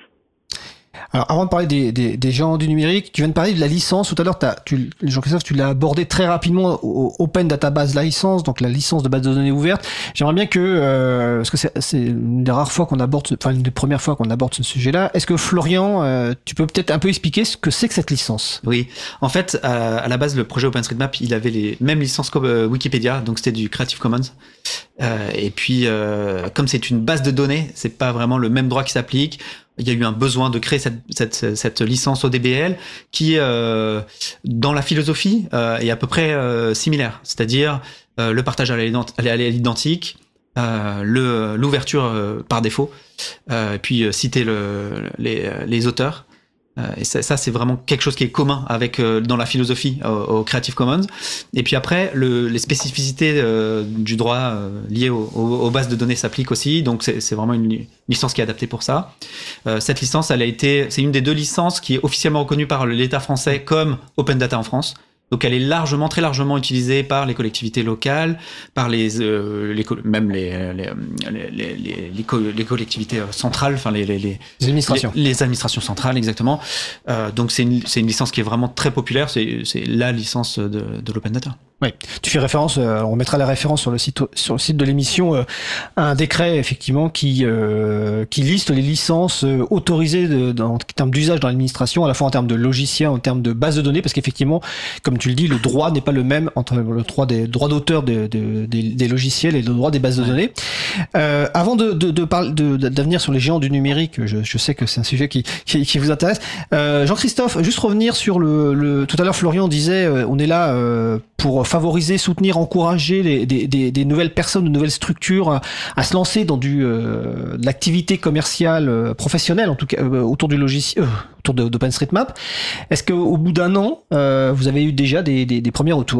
[SPEAKER 1] Alors, avant de parler des, des, des géants du numérique, tu viens de parler de la licence. Tout à l'heure, tu, Jean-Christophe, tu l'as abordé très rapidement au Open Database License, donc la licence de base de données ouverte. J'aimerais bien que, euh, parce que c'est, c'est une des rares fois qu'on aborde, ce, enfin une des premières fois qu'on aborde ce sujet-là. Est-ce que Florian, euh, tu peux peut-être un peu expliquer ce que c'est que cette licence ?
[SPEAKER 6] Oui, en fait, à, à la base, le projet OpenStreetMap, il avait les mêmes licences que euh, Wikipédia, donc c'était du Creative Commons. Euh, et puis, euh, comme c'est une base de données, c'est pas vraiment le même droit qui s'applique. Il y a eu un besoin de créer cette, cette, cette licence O D B L qui, euh, dans la philosophie, euh, est à peu près euh, similaire. C'est-à-dire euh, le partage à l'identique, euh, le, l'ouverture euh, par défaut, euh, et puis euh, citer le, les, les auteurs. Euh, et ça, ça, c'est vraiment quelque chose qui est commun avec euh, dans la philosophie au, au Creative Commons. Et puis après, le, les spécificités euh, du droit euh, liées au, au, aux bases de données s'appliquent aussi. Donc c'est, c'est vraiment une licence qui est adaptée pour ça. Euh, cette licence, elle a été, c'est une des deux licences qui est officiellement reconnue par l'État français comme Open Data en France. Donc elle est largement, très largement utilisée par les collectivités locales, par les, euh, les même les les, les, les, les, co- les collectivités centrales, enfin les, les, les,
[SPEAKER 1] les administrations,
[SPEAKER 6] les, les administrations centrales exactement. Euh, donc c'est une c'est une licence qui est vraiment très populaire. C'est c'est la licence de, de l'Open Data.
[SPEAKER 1] Oui, tu fais référence, euh, on mettra la référence sur le site sur le site de l'émission euh, à un décret effectivement qui euh, qui liste les licences euh, autorisées de, dans, en termes d'usage dans l'administration, à la fois en termes de logiciels, en termes de base de données, parce qu'effectivement, comme tu le dis, le droit n'est pas le même entre le droit des droits d'auteur de, de, des, des logiciels et le droit des bases de données. Euh, avant de de de parler de, de d'avenir sur les géants du numérique, je, je sais que c'est un sujet qui qui, qui vous intéresse. Euh, Jean-Christophe, juste revenir sur le, le tout à l'heure, Florian disait, euh, on est là euh, pour favoriser, soutenir, encourager les, des, des, des nouvelles personnes, de nouvelles structures à, à se lancer dans du, euh, de l'activité commerciale euh, professionnelle, en tout cas euh, autour du logiciel, euh, autour de, d'OpenStreetMap. Est-ce qu'au bout d'un an, euh, vous avez eu déjà des, des, des premiers retours ?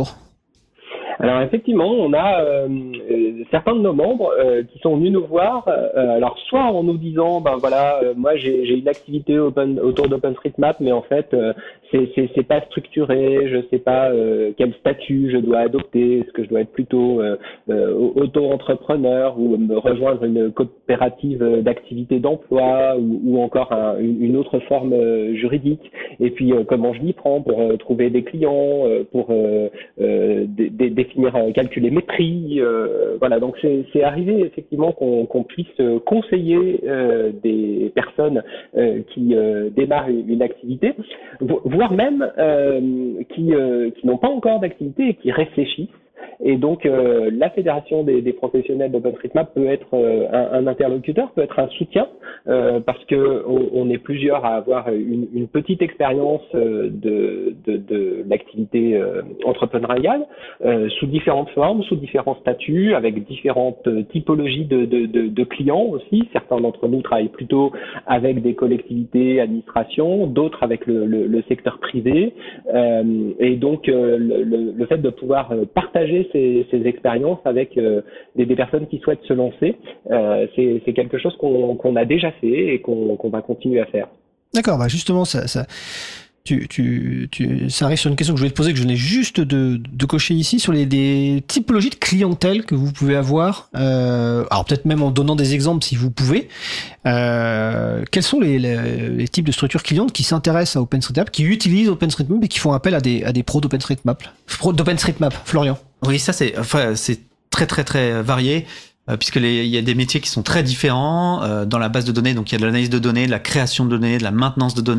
[SPEAKER 7] Alors effectivement, on a euh, euh, certains de nos membres euh, qui sont venus nous voir. Euh, alors soit en nous disant, ben voilà, euh, moi j'ai, j'ai une activité open, autour d'OpenStreetMap, mais en fait euh, c'est, c'est, c'est pas structuré, je sais pas euh, quel statut je dois adopter, est-ce que je dois être plutôt euh, euh, auto-entrepreneur ou me rejoindre une coopérative d'activité d'emploi ou, ou encore un, une autre forme euh, juridique. Et puis euh, comment je m'y prends pour euh, trouver des clients, euh, pour euh, euh, des, des, des finir calculer mes prix, euh, voilà. Donc c'est, c'est arrivé effectivement qu'on, qu'on puisse conseiller euh, des personnes euh, qui euh, démarrent une activité, voire même euh, qui euh, qui n'ont pas encore d'activité et qui réfléchissent. Et donc, euh, la Fédération des, des professionnels d'OpenStreetMap peut être euh, un, un interlocuteur, peut être un soutien, euh, parce que on, on est plusieurs à avoir une, une petite expérience euh, de, de, de l'activité euh, entrepreneuriale, euh, sous différentes formes, sous différents statuts, avec différentes typologies de, de, de, de clients aussi. Certains d'entre nous travaillent plutôt avec des collectivités, administrations, d'autres avec le, le, le secteur privé. Euh, et donc, euh, le, le fait de pouvoir partager Ces, ces expériences avec euh, des, des personnes qui souhaitent se lancer, euh, c'est, c'est quelque chose qu'on, qu'on a déjà fait et qu'on, qu'on va continuer à faire.
[SPEAKER 1] D'accord, bah justement, ça, ça, tu, tu, tu, ça arrive sur une question que je voulais te poser, que je venais juste de, de cocher ici, sur les des typologies de clientèle que vous pouvez avoir. Euh, alors peut-être même en donnant des exemples si vous pouvez. Euh, quels sont les, les, les types de structures clientes qui s'intéressent à OpenStreetMap, qui utilisent OpenStreetMap et qui font appel à des, à des pros d'OpenStreetMap, pro d'OpenStreetMap, Florian?
[SPEAKER 6] Oui, ça c'est, enfin, c'est très très très varié, euh, puisque les, il y a des métiers qui sont très différents euh, dans la base de données. Donc il y a de l'analyse de données, de la création de données, de la maintenance de données.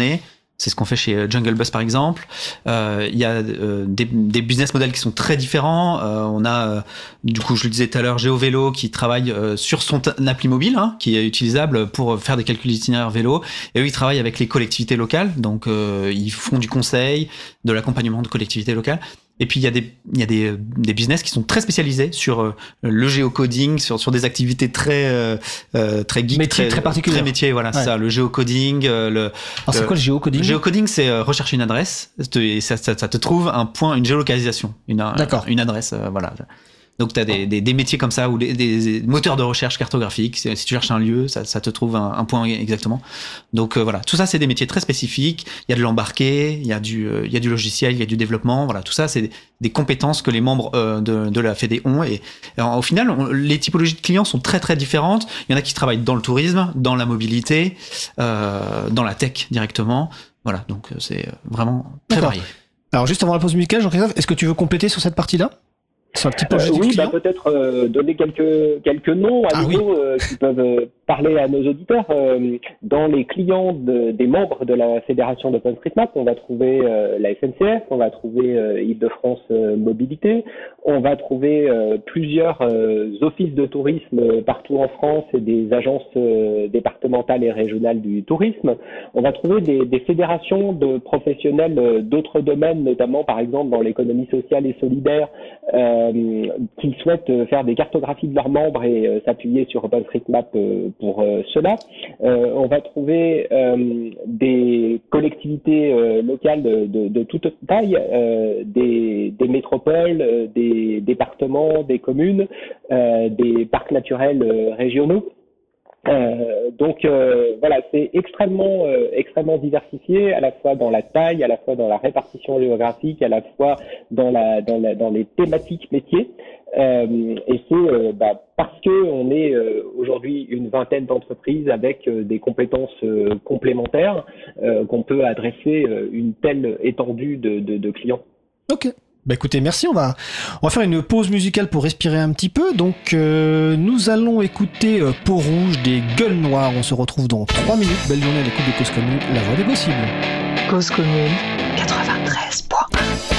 [SPEAKER 6] C'est ce qu'on fait chez Jungle Bus par exemple. Euh, il y a euh, des, des business models qui sont très différents. Euh, on a, euh, du coup, je le disais tout à l'heure, GeoVélo qui travaille euh, sur son t- appli mobile, hein, qui est utilisable pour faire des calculs d'itinéraire vélo. Et eux, ils travaillent avec les collectivités locales. Donc, euh, ils font du conseil, de l'accompagnement de collectivités locales. Et puis il y a des il y a des des business qui sont très spécialisés sur euh, le géocoding, sur sur des activités très euh, euh, très geek,
[SPEAKER 1] métier,
[SPEAKER 6] très,
[SPEAKER 1] très particulier.
[SPEAKER 6] Très métier, voilà,
[SPEAKER 1] Ouais.
[SPEAKER 6] c'est ça, le géocoding, euh, le
[SPEAKER 1] Alors c'est
[SPEAKER 6] le-
[SPEAKER 1] quoi le géocoding?
[SPEAKER 6] Le géocoding, c'est euh, rechercher une adresse et ça, ça, ça te trouve un point, une géolocalisation, une, un-
[SPEAKER 1] D'accord.
[SPEAKER 6] une adresse, euh, voilà. Donc, tu as des, des, des métiers comme ça, ou des, des moteurs de recherche cartographiques. Si tu cherches un lieu, ça, ça te trouve un, un point exactement. Donc, euh, voilà. Tout ça, c'est des métiers très spécifiques. Il y a de l'embarqué, il y a du, euh, il y a du logiciel, il y a du développement. Voilà. Tout ça, c'est des, des compétences que les membres euh, de, de la Fédé ont. Et, et au final, on, les typologies de clients sont très, très différentes. Il y en a qui travaillent dans le tourisme, dans la mobilité, euh, dans la tech directement. Voilà. Donc, euh, c'est vraiment très
[SPEAKER 1] D'accord.
[SPEAKER 6] varié.
[SPEAKER 1] Alors juste avant la pause musicale, Jean-Christophe, est-ce que tu veux compléter sur cette partie-là? Sur la typologie
[SPEAKER 7] Euh,
[SPEAKER 1] du
[SPEAKER 7] oui,
[SPEAKER 1] client?
[SPEAKER 7] bah, peut-être euh, donner quelques quelques noms à
[SPEAKER 1] Ah
[SPEAKER 7] nouveau euh, qui peuvent euh, parler à nos auditeurs. Euh, dans les clients de, des membres de la fédération d'OpenStreetMap, on va trouver euh, la S N C F, on va trouver euh, Île-de-France euh, Mobilité, on va trouver euh, plusieurs euh, offices de tourisme euh, partout en France et des agences euh, départementales et régionales du tourisme. On va trouver des, des fédérations de professionnels euh, d'autres domaines, notamment par exemple dans l'économie sociale et solidaire, euh, qui souhaitent faire des cartographies de leurs membres et euh, s'appuyer sur OpenStreetMap euh, pour euh, cela. Euh, on va trouver euh, des collectivités euh, locales de, de, de toute taille, euh, des, des métropoles, euh, des départements, des communes, euh, des parcs naturels euh, régionaux. Euh, donc euh, voilà, c'est extrêmement euh, extrêmement diversifié, à la fois dans la taille, à la fois dans la répartition géographique, à la fois dans la dans la dans les thématiques métiers. Euh, et c'est euh, bah, parce que on est euh, aujourd'hui une vingtaine d'entreprises avec euh, des compétences euh, complémentaires euh, qu'on peut adresser euh, une telle étendue de, de, de clients.
[SPEAKER 1] Ok. Bah écoutez, merci. On va, on va faire une pause musicale pour respirer un petit peu. Donc, euh, nous allons écouter euh, Peau Rouge des Gueules Noires. On se retrouve dans trois minutes. Belle journée à l'écoute de Cause Commune, la voix des possibles.
[SPEAKER 4] Cause Commune quatre-vingt-treize point un.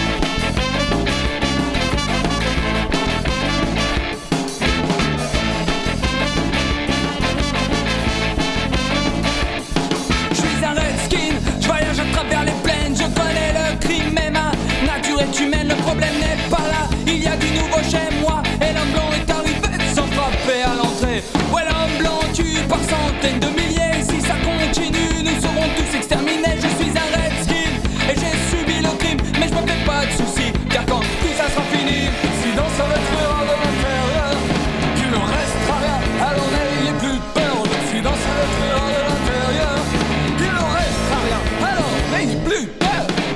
[SPEAKER 8] Je suis un redskin, je voyage à travers les plaines, je connais le crime, mais ma nature est humaine, le problème n'est pas là. Il y a du nouveau chez moi, et l'homme blanc est arrivé sans frapper à l'entrée. Ouais, l'homme blanc tue par centaines de milliers, si ça continue, nous serons tous exterminés. Je suis un redskin, et j'ai subi le crime, mais je me fais pas de soucis, car quand tout ça sera fini, l'Occident ça va détruire de l'intérieur. Tu ne restera rien, alors n'ayez plus peur, l'Occident ça va détruire de l'intérieur. Il ne restera rien, alors n'ayez plus peur.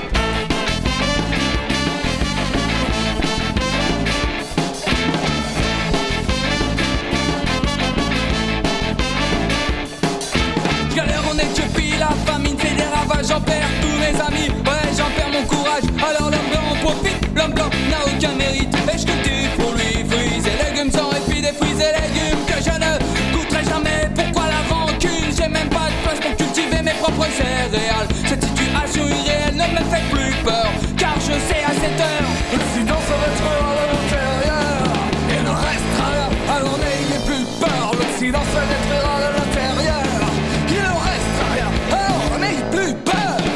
[SPEAKER 8] Je galère en Éthiopie, la famine fait des ravages, j'en perds tous mes amis, ouais j'en perds mon courage. Alors l'homme blanc en profite, l'homme blanc n'a aucun mérite, et je cultive pour lui fruits et légumes sans répit, des fruits et légumes que je ne goûterai jamais. Pourquoi la rancune? J'ai même pas de place pour cultiver mes propres céréales. Cette situation irréelle ne me fait plus peur, car je sais à cette heure l'Occident ça va être de l'intérieur. Il ne restera rien, alors n'ayez plus peur, l'Occident ça va être de l'intérieur. Il ne restera rien, alors n'ayez plus peur.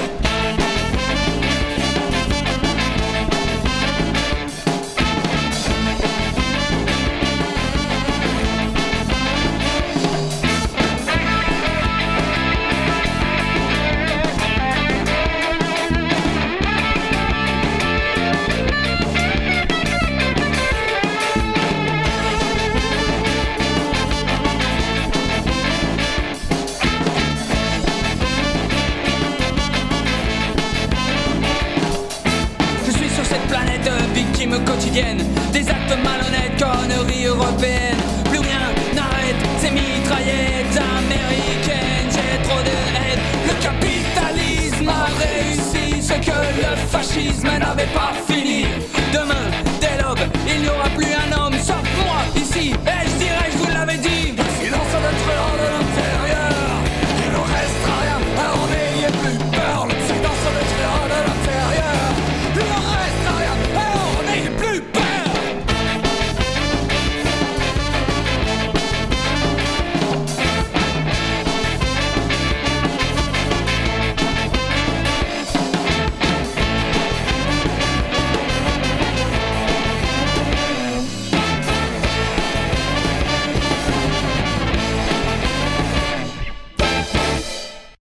[SPEAKER 8] Je suis sur cette planète victime quotidienne des actes malhonnêtes, conneries européennes. Plus rien n'arrête ces mitraillettes américaines. J'ai trop de haine. Le capitalisme a réussi ce que le fascisme n'avait pas fini. Demain, dès l'aube, il n'y aura plus un homme sauf moi ici. Et je dirais, je vous l'avais dit, l'Occident ça va être de l'intérieur. Il ne restera rien, alors n'ayez plus peur.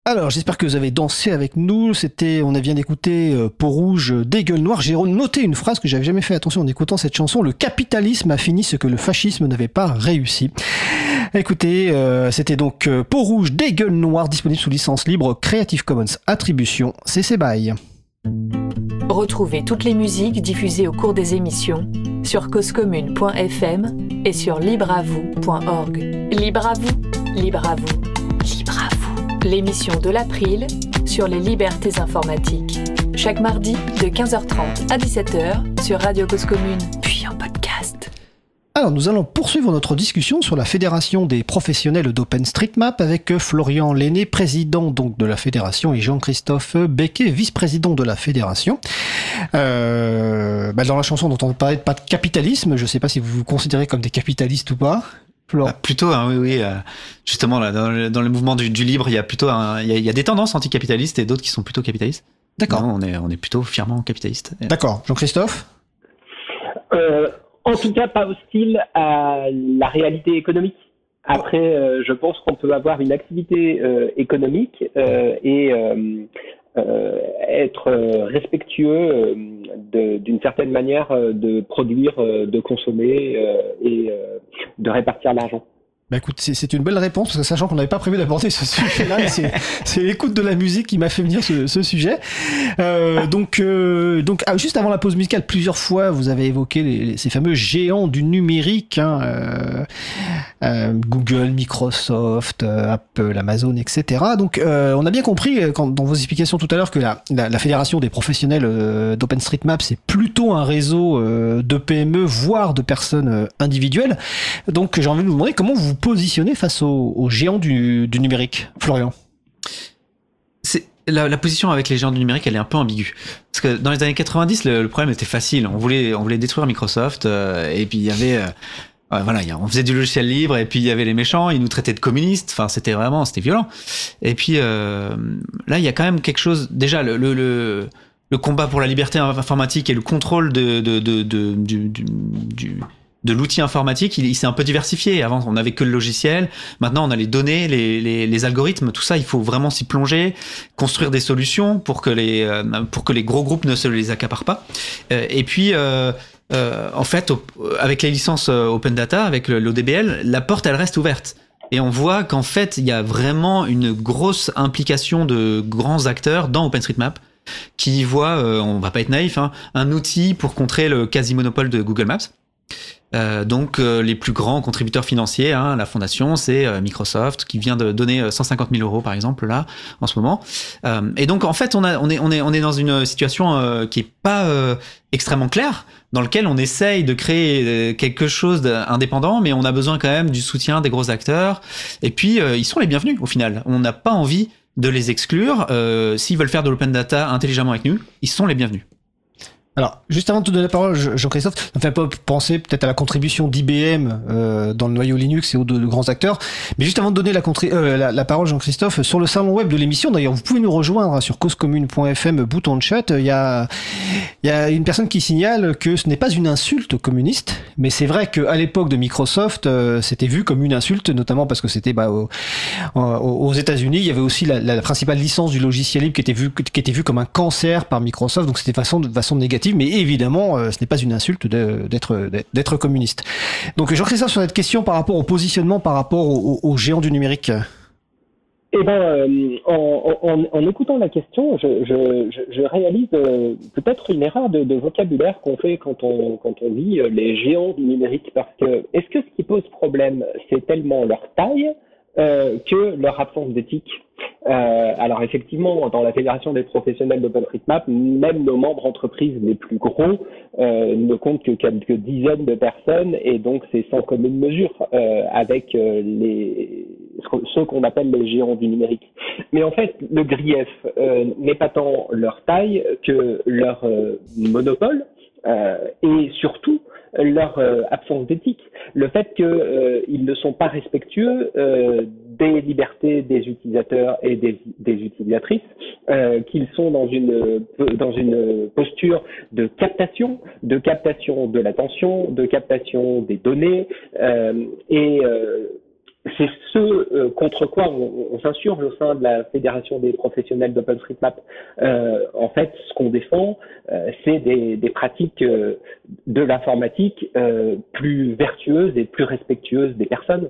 [SPEAKER 1] Alors, j'espère que vous avez dansé avec nous. C'était, on a bien d'écouter euh, Peau rouge des gueules noires. J'ai noté une phrase que j'avais jamais fait attention en écoutant cette chanson. Le capitalisme a fini ce que le fascisme n'avait pas réussi. Écoutez, euh, c'était donc euh, Peau rouge des gueules noires, disponible sous licence libre Creative Commons Attribution C C B Y.
[SPEAKER 4] Retrouvez toutes les musiques diffusées au cours des émissions sur cause commune point f m et sur libre à vous point org. Libre à vous, libre à vous, libre à vous. L'émission de l'April sur les libertés informatiques. Chaque mardi de quinze heures trente à dix-sept heures sur Radio Cause Commune, puis en podcast.
[SPEAKER 1] Alors, nous allons poursuivre notre discussion sur la Fédération des professionnels d'OpenStreetMap avec Florian Lenné, président donc de la Fédération, et Jean-Christophe Becquet, vice-président de la Fédération. Euh, bah dans la chanson dont on parlait de pas de capitalisme, je ne sais pas si vous vous considérez comme des capitalistes ou pas.
[SPEAKER 6] Bah, plutôt, hein, oui, oui. Euh, justement, là, dans le, dans le mouvement du, du libre, il y a plutôt, un, il y a, il y a des tendances anticapitalistes et d'autres qui sont plutôt capitalistes.
[SPEAKER 1] D'accord.
[SPEAKER 6] Non, on est, on est plutôt fièrement capitaliste.
[SPEAKER 1] D'accord. Jean-Christophe ?
[SPEAKER 7] euh, En tout cas, pas hostile à la réalité économique. Après, euh, je pense qu'on peut avoir une activité euh, économique euh, et euh, euh, être respectueux euh, de, d'une certaine manière euh, de produire, euh, de consommer euh, et euh, de répartir l'argent.
[SPEAKER 1] Bah écoute, c'est, c'est une belle réponse, parce que sachant qu'on n'avait pas prévu d'aborder ce sujet-là, c'est, c'est l'écoute de la musique qui m'a fait venir ce, ce sujet. Euh, donc, euh, donc ah, juste avant la pause musicale, plusieurs fois, vous avez évoqué les, les, ces fameux géants du numérique, hein, euh, euh, Google, Microsoft, euh, Apple, Amazon, et cetera. Donc, euh, on a bien compris quand, dans vos explications tout à l'heure que la, la, la Fédération des professionnels euh, d'OpenStreetMap, c'est plutôt un réseau euh, de P M E, voire de personnes euh, individuelles. Donc, j'ai envie de vous demander comment vous positionner face aux, aux géants du, du numérique, Florian?
[SPEAKER 6] C'est, la, la position avec les géants du numérique, elle est un peu ambiguë. Parce que dans les années quatre-vingt-dix, le, le problème était facile. On voulait, on voulait détruire Microsoft, euh, et puis il y avait, euh, euh, voilà, y a, on faisait du logiciel libre, et puis il y avait les méchants, ils nous traitaient de communistes. Enfin, c'était vraiment, c'était violent. Et puis euh, là, il y a quand même quelque chose. Déjà, le, le, le, le combat pour la liberté informatique et le contrôle de, de, de, de du, du, du de l'outil informatique, il, il s'est un peu diversifié. Avant, on n'avait que le logiciel. Maintenant, on a les données, les, les, les algorithmes, tout ça. Il faut vraiment s'y plonger, construire des solutions pour que les, euh, pour que les gros groupes ne se les accaparent pas. Euh, et puis, euh, euh, en fait, au, avec les licences Open Data, avec le, l'O D B L, la porte, elle reste ouverte. Et on voit qu'en fait, il y a vraiment une grosse implication de grands acteurs dans OpenStreetMap qui voient, euh, on va pas être naïf, hein, un outil pour contrer le quasi-monopole de Google Maps. Euh, donc euh, les plus grands contributeurs financiers, hein, la fondation, c'est euh, Microsoft qui vient de donner cent cinquante mille euros par exemple là en ce moment. Euh, et donc en fait on a on est on est on est dans une situation euh, qui est pas euh, extrêmement claire, dans lequel on essaye de créer euh, quelque chose d'indépendant, mais on a besoin quand même du soutien des gros acteurs. Et puis euh, ils sont les bienvenus au final. On n'a pas envie de les exclure. Euh, s'ils veulent faire de l'open data intelligemment avec nous, ils sont les bienvenus.
[SPEAKER 1] Alors, juste avant de te donner la parole, Jean-Christophe, ça me fait pas penser peut-être à la contribution d'I B M euh, dans le noyau Linux et aux de, de grands acteurs. Mais juste avant de donner la, contri- euh, la, la parole, Jean-Christophe, sur le salon web de l'émission, d'ailleurs, vous pouvez nous rejoindre sur cause commune point f m, bouton de chat. Il y a, il y a une personne qui signale que ce n'est pas une insulte communiste, mais c'est vrai qu'à l'époque de Microsoft, euh, c'était vu comme une insulte, notamment parce que c'était bah, au, aux, aux États-Unis, il y avait aussi la, la principale licence du logiciel libre qui était vue qui était vue comme un cancer par Microsoft, donc c'était de façon de façon négative. Mais évidemment, euh, ce n'est pas une insulte de, d'être, d'être communiste. Donc, Jean-Christophe, sur cette question par rapport au positionnement, par rapport aux, aux géants du numérique.
[SPEAKER 7] Eh ben, euh, en, en, en écoutant la question, je, je, je, je réalise euh, peut-être une erreur de, de vocabulaire qu'on fait quand on, quand on dit euh, les géants du numérique, parce que est-ce que ce qui pose problème, c'est tellement leur taille euh, que leur absence d'éthique? Euh, alors effectivement, dans la Fédération des professionnels d'OpenStreetMap, même nos membres entreprises les plus gros euh, ne comptent que quelques dizaines de personnes, et donc c'est sans commune mesure euh, avec euh, les ceux qu'on appelle les géants du numérique. Mais en fait, le grief euh, n'est pas tant leur taille que leur euh, monopole euh, et surtout leur euh, absence d'éthique. Le fait qu'ils euh, ne sont pas respectueux euh, des libertés des utilisateurs et des, des utilisatrices, euh, qu'ils sont dans une, dans une posture de captation, de captation de l'attention, de captation des données, euh, et euh, c'est ce euh, contre quoi on, on s'insurge au sein de la Fédération des professionnels d'OpenStreetMap. Euh, en fait, ce qu'on défend, euh, c'est des, des pratiques euh, de l'informatique euh, plus vertueuses et plus respectueuses des personnes.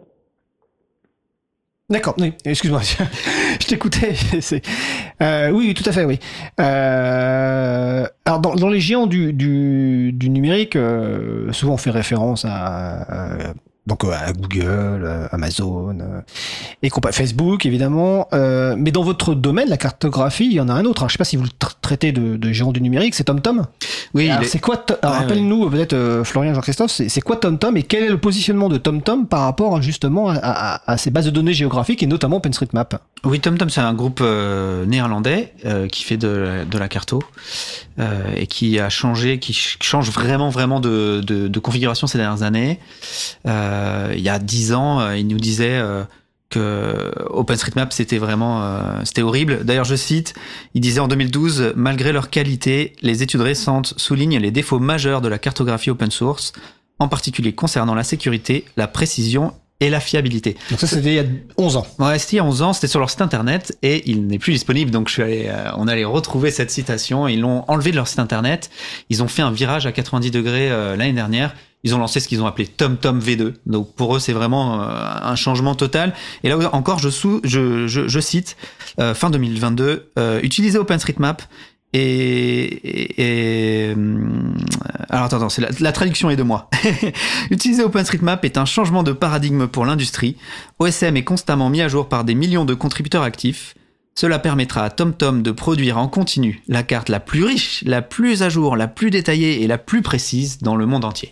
[SPEAKER 1] D'accord, oui, excuse-moi, je t'écoutais. C'est... Euh, oui, tout à fait, oui. Euh... Alors, dans, dans les géants du, du, du numérique, euh, souvent on fait référence à, à donc à Google, Amazon, et compa- Facebook évidemment. Euh, mais dans votre domaine, la cartographie, il y en a un autre. Alors, je sais pas si vous le tra- traitez de, de géant du numérique, c'est TomTom.
[SPEAKER 6] Oui.
[SPEAKER 1] Alors,
[SPEAKER 6] est...
[SPEAKER 1] c'est quoi to- Alors,
[SPEAKER 6] ouais,
[SPEAKER 1] rappelle-nous ouais. peut-être euh, Florian, Jean-Christophe, c'est, c'est quoi TomTom et quel est le positionnement de TomTom par rapport justement à, à, à ces bases de données géographiques et notamment OpenStreetMap?
[SPEAKER 6] Oui, TomTom, c'est un groupe euh, néerlandais euh, qui fait de, de la carto euh, et qui a changé, qui ch- change vraiment, vraiment de, de, de configuration ces dernières années. Euh, il y a dix ans, euh, il nous disait euh, que OpenStreetMap c'était vraiment, euh, c'était horrible. D'ailleurs, je cite, il disait en deux mille douze, malgré leur qualité, les études récentes soulignent les défauts majeurs de la cartographie open source, en particulier concernant la sécurité, la précision et la fiabilité.
[SPEAKER 1] Donc ça, c'était il y a onze ans.
[SPEAKER 6] Ouais, c'était il y a onze ans, c'était sur leur site internet et il n'est plus disponible. Donc je suis allé, euh, on allait retrouver cette citation. Ils l'ont enlevé de leur site internet. Ils ont fait un virage à quatre-vingt-dix degrés euh, l'année dernière. Ils ont lancé ce qu'ils ont appelé TomTom V deux. Donc pour eux, c'est vraiment euh, un changement total. Et là encore, je, sous, je, je, je cite, euh, fin deux mille vingt-deux, euh, utiliser OpenStreetMap et, et, et alors attends, attends c'est la, la traduction est de moi. Utiliser OpenStreetMap est un changement de paradigme pour l'industrie. O S M est constamment mis à jour par des millions de contributeurs actifs. Cela permettra à TomTom de produire en continu la carte la plus riche, la plus à jour, la plus détaillée et la plus précise dans le monde entier.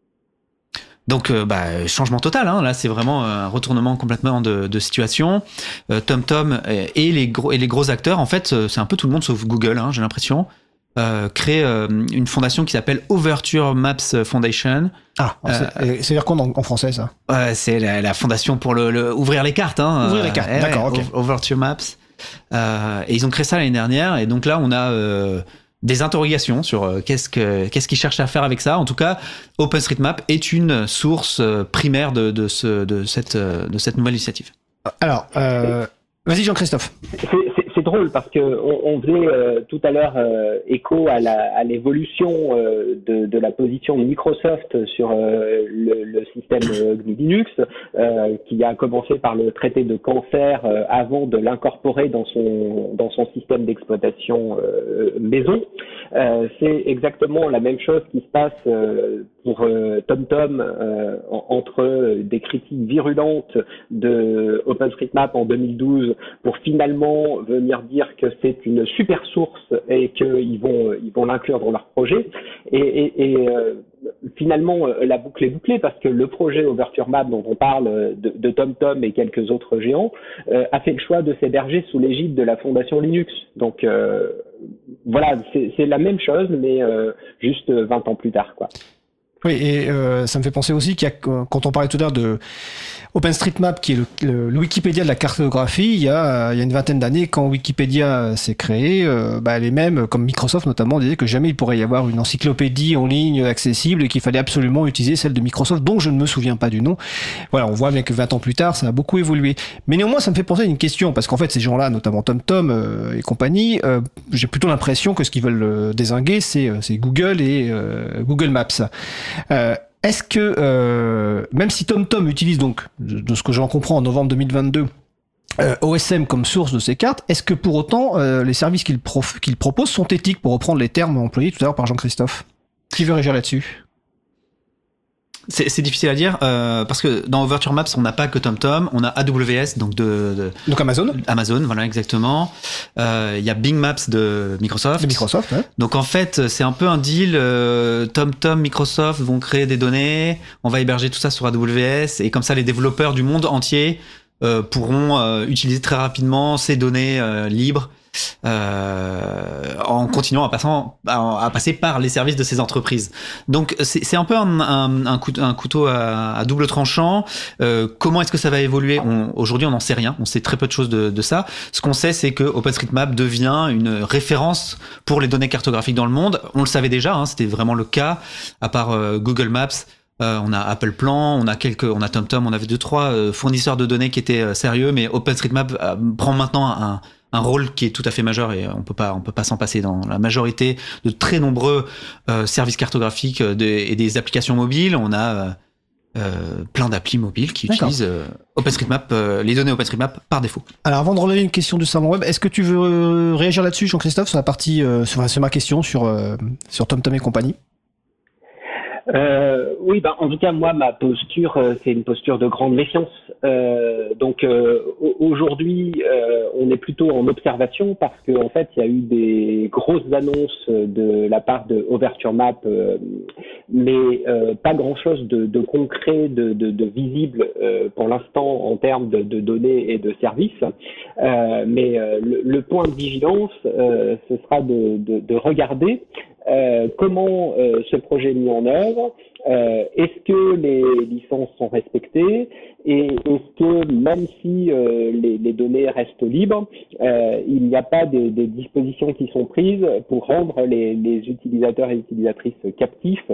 [SPEAKER 6] Donc, euh, bah, changement total. Hein. Là, c'est vraiment un retournement complètement de, de situation. Euh, TomTom et les gros et les gros acteurs, en fait, c'est un peu tout le monde sauf Google. Hein, j'ai l'impression. Euh, créer euh, une fondation qui s'appelle Overture Maps Foundation.
[SPEAKER 1] Ah, euh, c'est dire quoi en, en français ça?
[SPEAKER 6] euh, C'est la, la fondation pour le, le ouvrir les cartes. Hein.
[SPEAKER 1] Ouvrir les cartes. Euh, D'accord.
[SPEAKER 6] Ouais,
[SPEAKER 1] ok.
[SPEAKER 6] Overture Maps. Euh, et ils ont créé ça l'année dernière. Et donc là, on a euh, des interrogations sur euh, qu'est-ce que qu'est-ce qu'ils cherchent à faire avec ça. En tout cas, OpenStreetMap est une source euh, primaire de de ce de cette euh, de cette nouvelle initiative.
[SPEAKER 1] Alors, euh, vas-y Jean-Christophe.
[SPEAKER 7] C'est, c'est, c'est drôle parce que on, on faisait euh, tout à l'heure euh, écho à, la, à l'évolution euh, de, de la position de Microsoft sur euh, le, le système euh, G N U Linux, euh, qui a commencé par le traité de Cancer euh, avant de l'incorporer dans son dans son système d'exploitation euh, maison. Euh, c'est exactement la même chose qui se passe euh, pour euh, TomTom euh, en, entre des critiques virulentes de OpenStreetMap en deux mille douze pour finalement venir dire que c'est une super source et qu'ils vont ils vont l'inclure dans leur projet et, et, et euh, finalement la boucle est bouclée parce que le projet Overture Map dont on parle de, de TomTom et quelques autres géants euh, a fait le choix de s'héberger sous l'égide de la fondation Linux. Donc euh, voilà, c'est, c'est la même chose mais euh, juste vingt ans plus tard quoi.
[SPEAKER 1] Oui, et euh, ça me fait penser aussi qu'il y a, quand on parlait tout à l'heure de OpenStreetMap, qui est le, le, le Wikipédia de la cartographie, il y a, il y a une vingtaine d'années, quand Wikipédia s'est créé, euh, bah, les mêmes, comme Microsoft notamment, disaient que jamais il pourrait y avoir une encyclopédie en ligne accessible et qu'il fallait absolument utiliser celle de Microsoft, dont je ne me souviens pas du nom. Voilà, on voit bien que vingt ans plus tard, ça a beaucoup évolué. Mais néanmoins, ça me fait penser à une question, parce qu'en fait, ces gens-là, notamment TomTom euh, et compagnie, euh, j'ai plutôt l'impression que ce qu'ils veulent euh, dézinguer, c'est, c'est Google et euh, Google Maps. Euh, est-ce que, euh, même si TomTom utilise donc, de, de ce que j'en comprends, en novembre deux mille vingt-deux, euh, O S M comme source de ces cartes, est-ce que pour autant, euh, les services qu'ils, prof- qu'ils proposent sont éthiques, pour reprendre les termes employés tout à l'heure par Jean-Christophe? Qui veut réagir là-dessus?
[SPEAKER 6] C'est, c'est difficile à dire euh, parce que dans Overture Maps on n'a pas que TomTom, on a A W S donc de, de
[SPEAKER 1] donc Amazon.
[SPEAKER 6] Amazon, voilà exactement. Il euh, y a Bing Maps de Microsoft.
[SPEAKER 1] De Microsoft, ouais.
[SPEAKER 6] Donc en fait c'est un peu un deal. Euh, TomTom, Microsoft vont créer des données, on va héberger tout ça sur A W S et comme ça les développeurs du monde entier euh, pourront euh, utiliser très rapidement ces données euh, libres. Euh, en continuant à, passant, à, à passer par les services de ces entreprises. Donc c'est, c'est un peu un, un, un, couteau, un couteau à, à double tranchant. Euh, comment est-ce que ça va évoluer? on, Aujourd'hui on n'en sait rien, on sait très peu de choses de, de ça. Ce qu'on sait c'est que OpenStreetMap devient une référence pour les données cartographiques dans le monde. On le savait déjà, hein, c'était vraiment le cas, à part euh, Google Maps. Euh, on a Apple Plan, on a quelques, on a TomTom, on avait deux trois euh, fournisseurs de données qui étaient euh, sérieux, mais OpenStreetMap euh, prend maintenant un, un rôle qui est tout à fait majeur et on peut pas, on peut pas s'en passer. Dans la majorité de très nombreux euh, services cartographiques de, et des applications mobiles, on a euh, euh, plein d'applis mobiles qui
[SPEAKER 1] D'accord.
[SPEAKER 6] utilisent euh, OpenStreetMap, euh, les données OpenStreetMap par défaut.
[SPEAKER 1] Alors avant de relever une question du salon web, est-ce que tu veux euh, réagir là-dessus, Jean-Christophe, sur la partie, euh, sur, sur ma question sur, euh, sur TomTom et compagnie?
[SPEAKER 7] Euh, oui, ben, en tout cas, moi, ma posture, euh, c'est une posture de grande méfiance. Euh, donc, euh, aujourd'hui, euh, on est plutôt en observation parce qu'en en fait, il y a eu des grosses annonces de la part de OvertureMap, euh, mais euh, pas grand-chose de, de concret, de, de, de visible euh, pour l'instant en termes de, de données et de services. Euh, mais euh, le, le point de vigilance, euh, ce sera de, de, de regarder Euh, comment euh, ce projet est mis en œuvre, euh, est-ce que les licences sont respectées et est-ce que même si euh, les, les données restent libres, euh, il n'y a pas des, des dispositions qui sont prises pour rendre les, les utilisateurs et utilisatrices captifs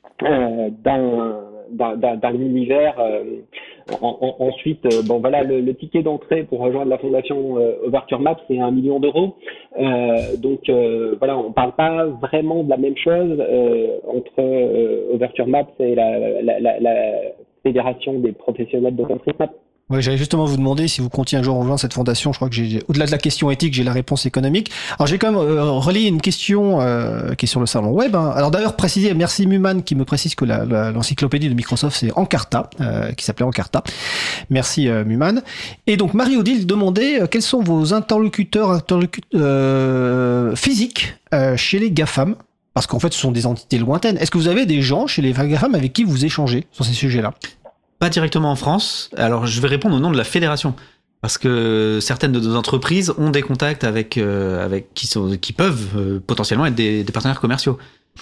[SPEAKER 7] euh, d'un d'un, d'un univers. Euh, en, en, ensuite, euh, bon voilà, le, le ticket d'entrée pour rejoindre la fondation euh, OvertureMap, c'est un million d'euros. Euh, donc euh, voilà, on parle pas vraiment de la même chose euh, entre euh, OvertureMap et la, la, la, la fédération des professionnels d'OpenStreetMap.
[SPEAKER 1] Oui, j'allais justement vous demander si vous comptiez un jour rejoindre cette fondation. Je crois que j'ai, au-delà de la question éthique, j'ai la réponse économique. Alors, j'ai quand même euh, relayé une question euh, qui est sur le salon web. Hein. Alors, d'ailleurs, préciser, merci Muman qui me précise que la, la, l'encyclopédie de Microsoft, c'est Encarta, euh, qui s'appelait Encarta. Merci euh, Muman. Et donc, Marie-Odile demandait euh, quels sont vos interlocuteurs, interlocuteurs euh, physiques euh, chez les GAFAM, parce qu'en fait, ce sont des entités lointaines. Est-ce que vous avez des gens chez les GAFAM avec qui vous échangez sur ces sujets-là?
[SPEAKER 6] Pas directement en France. Alors, je vais répondre au nom de la fédération. Parce que certaines de nos entreprises ont des contacts avec, euh, avec qui, sont, qui peuvent euh, potentiellement être des, des partenaires commerciaux.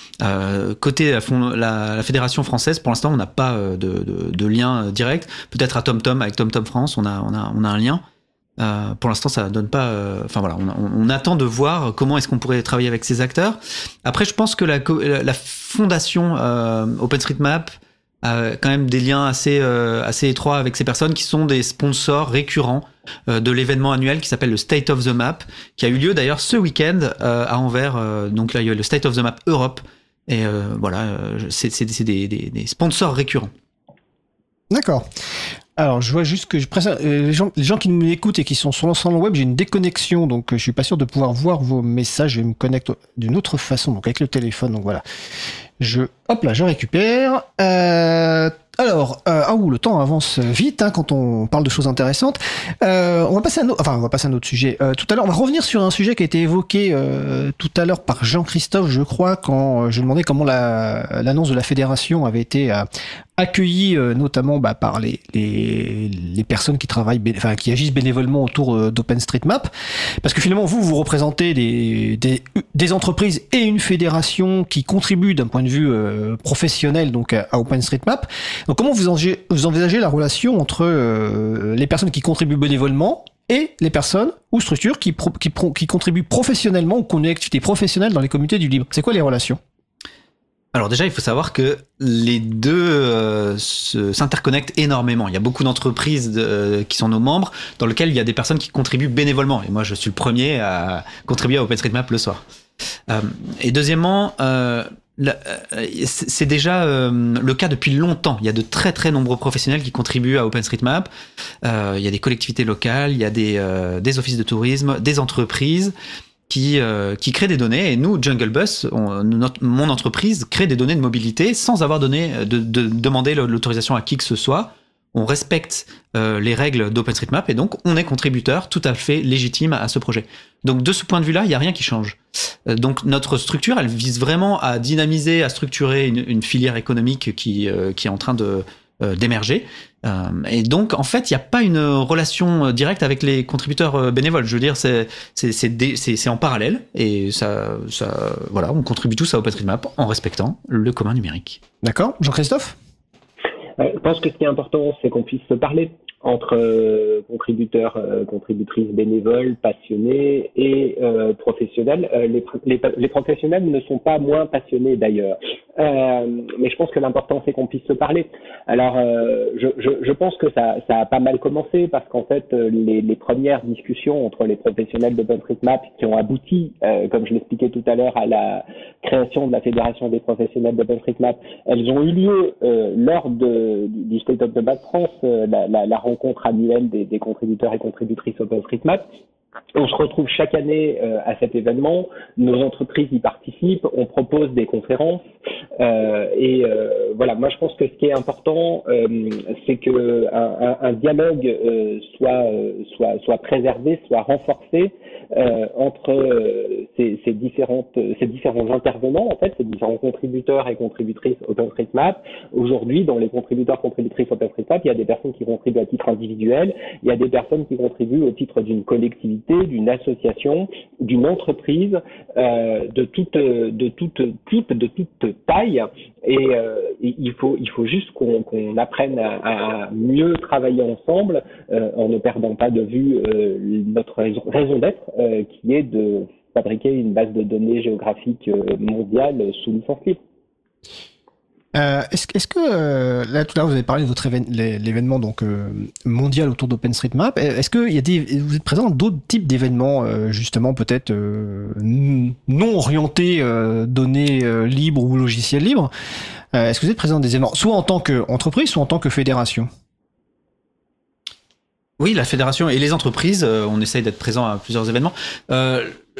[SPEAKER 6] Euh, côté la, fond, la, la fédération française, pour l'instant, on n'a pas de, de, de lien direct. Peut-être à TomTom, avec TomTom France, on a, on a, on a un lien. Euh, pour l'instant, ça donne pas. Enfin euh, voilà, on, on attend de voir comment est-ce qu'on pourrait travailler avec ces acteurs. Après, je pense que la, la fondation euh, OpenStreetMap a quand même des liens assez euh, assez étroits avec ces personnes qui sont des sponsors récurrents euh, de l'événement annuel qui s'appelle le State of the Map, qui a eu lieu d'ailleurs ce week-end euh, à Anvers. Euh, donc là, il y a eu le State of the Map Europe. Et euh, voilà, euh, c'est, c'est, c'est des, des, des sponsors récurrents.
[SPEAKER 1] D'accord. Alors, je vois juste que je précise, les gens, les gens qui nous écoutent et qui sont sur l'ensemble web, j'ai une déconnexion, donc je suis pas sûr de pouvoir voir vos messages. Je vais me connecter d'une autre façon, donc avec le téléphone. Donc voilà. Je, hop là, je récupère. Euh, alors, euh, ah ouh, le temps avance vite hein, quand on parle de choses intéressantes. Euh, on va passer à un autre, enfin, on va passer à un autre sujet. Euh, tout à l'heure, on va revenir sur un sujet qui a été évoqué euh, tout à l'heure par Jean-Christophe, je crois, quand je demandais comment la, l'annonce de la fédération avait été euh, accueillie, euh, notamment bah, par les, les les personnes qui travaillent, bé- enfin, qui agissent bénévolement autour euh, d'OpenStreetMap, parce que finalement, vous, vous représentez des des, des entreprises et une fédération qui contribuent d'un point de vue euh, professionnel donc à, à OpenStreetMap. Donc comment vous envisagez, vous envisagez la relation entre euh, les personnes qui contribuent bénévolement et les personnes ou structures qui, pro, qui, pro, qui contribuent professionnellement ou qui ont une activité professionnelle dans les communautés du libre? C'est quoi les relations?
[SPEAKER 6] Alors déjà, il faut savoir que les deux euh, se, s'interconnectent énormément. Il y a beaucoup d'entreprises de, euh, qui sont nos membres, dans lesquelles il y a des personnes qui contribuent bénévolement. Et moi, je suis le premier à contribuer à OpenStreetMap le soir. Euh, et deuxièmement, euh, la, euh, c'est déjà euh, le cas depuis longtemps. Il y a de très très nombreux professionnels qui contribuent à OpenStreetMap. Euh, il y a des collectivités locales, il y a des, euh, des offices de tourisme, des entreprises qui euh, qui crée des données, et nous Jungle Bus, on, notre, mon entreprise crée des données de mobilité sans avoir donné de, de demander l'autorisation à qui que ce soit. On respecte euh, les règles d'OpenStreetMap et donc on est contributeur tout à fait légitime à ce projet. Donc de ce point de vue-là, il y a rien qui change. Euh, donc notre structure, elle vise vraiment à dynamiser, à structurer une, une filière économique qui euh, qui est en train de euh, d'émerger. Euh, et donc, en fait, il n'y a pas une relation directe avec les contributeurs bénévoles. Je veux dire, c'est, c'est, c'est, des, c'est, c'est en parallèle. Et ça, ça, voilà, on contribue tous à OpenStreetMap en respectant le commun numérique.
[SPEAKER 1] D'accord. Jean-Christophe ?
[SPEAKER 7] Je pense que ce qui est important, c'est qu'on puisse se parler entre euh, contributeurs, euh, contributrices bénévoles, passionnés et euh, professionnels. Euh, les, les, les professionnels ne sont pas moins passionnés d'ailleurs, euh, mais je pense que l'important c'est qu'on puisse se parler. Alors, euh, je, je, je pense que ça, ça a pas mal commencé parce qu'en fait, les, les premières discussions entre les professionnels d'OpenStreetMap qui ont abouti, euh, comme je l'expliquais tout à l'heure, à la création de la Fédération des professionnels d'OpenStreetMap, elles ont eu lieu euh, lors de, du State of the Map France, euh, la, la, la rencontre annuelle des, des contributeurs et contributrices OpenStreetMap. On se retrouve chaque année euh, à cet événement, nos entreprises y participent, on propose des conférences euh, et euh, voilà, moi je pense que ce qui est important, euh, c'est que un, un, un dialogue euh, soit, euh, soit, soit préservé, soit renforcé euh, entre euh, ces, ces, différentes, ces différents intervenants, en fait, ces différents contributeurs et contributrices OpenStreetMap. Aujourd'hui, dans les contributeurs contributrices OpenStreetMap, il y a des personnes qui contribuent à titre individuel, il y a des personnes qui contribuent au titre d'une collectivité, d'une association, d'une entreprise, euh, de toute, de toute type, de toute taille. Et euh, il faut, il faut juste qu'on, qu'on apprenne à, à mieux travailler ensemble euh, en ne perdant pas de vue euh, notre raison, raison d'être, euh, qui est de fabriquer une base de données géographique mondiale sous licence libre.
[SPEAKER 1] Euh, est-ce, est-ce que, euh, là, tout à l'heure, vous avez parlé de votre évén- l'événement donc, euh, mondial autour d'OpenStreetMap. Est-ce qu'il y a des, vous êtes présent dans d'autres types d'événements, euh, justement, peut-être euh, non orientés euh, données euh, libres ou logiciels libres? euh, Est-ce que vous êtes présent dans des événements, soit en tant qu'entreprise, soit en tant que fédération?
[SPEAKER 6] Oui, la fédération et les entreprises, euh, on essaye d'être présent à plusieurs événements. Euh,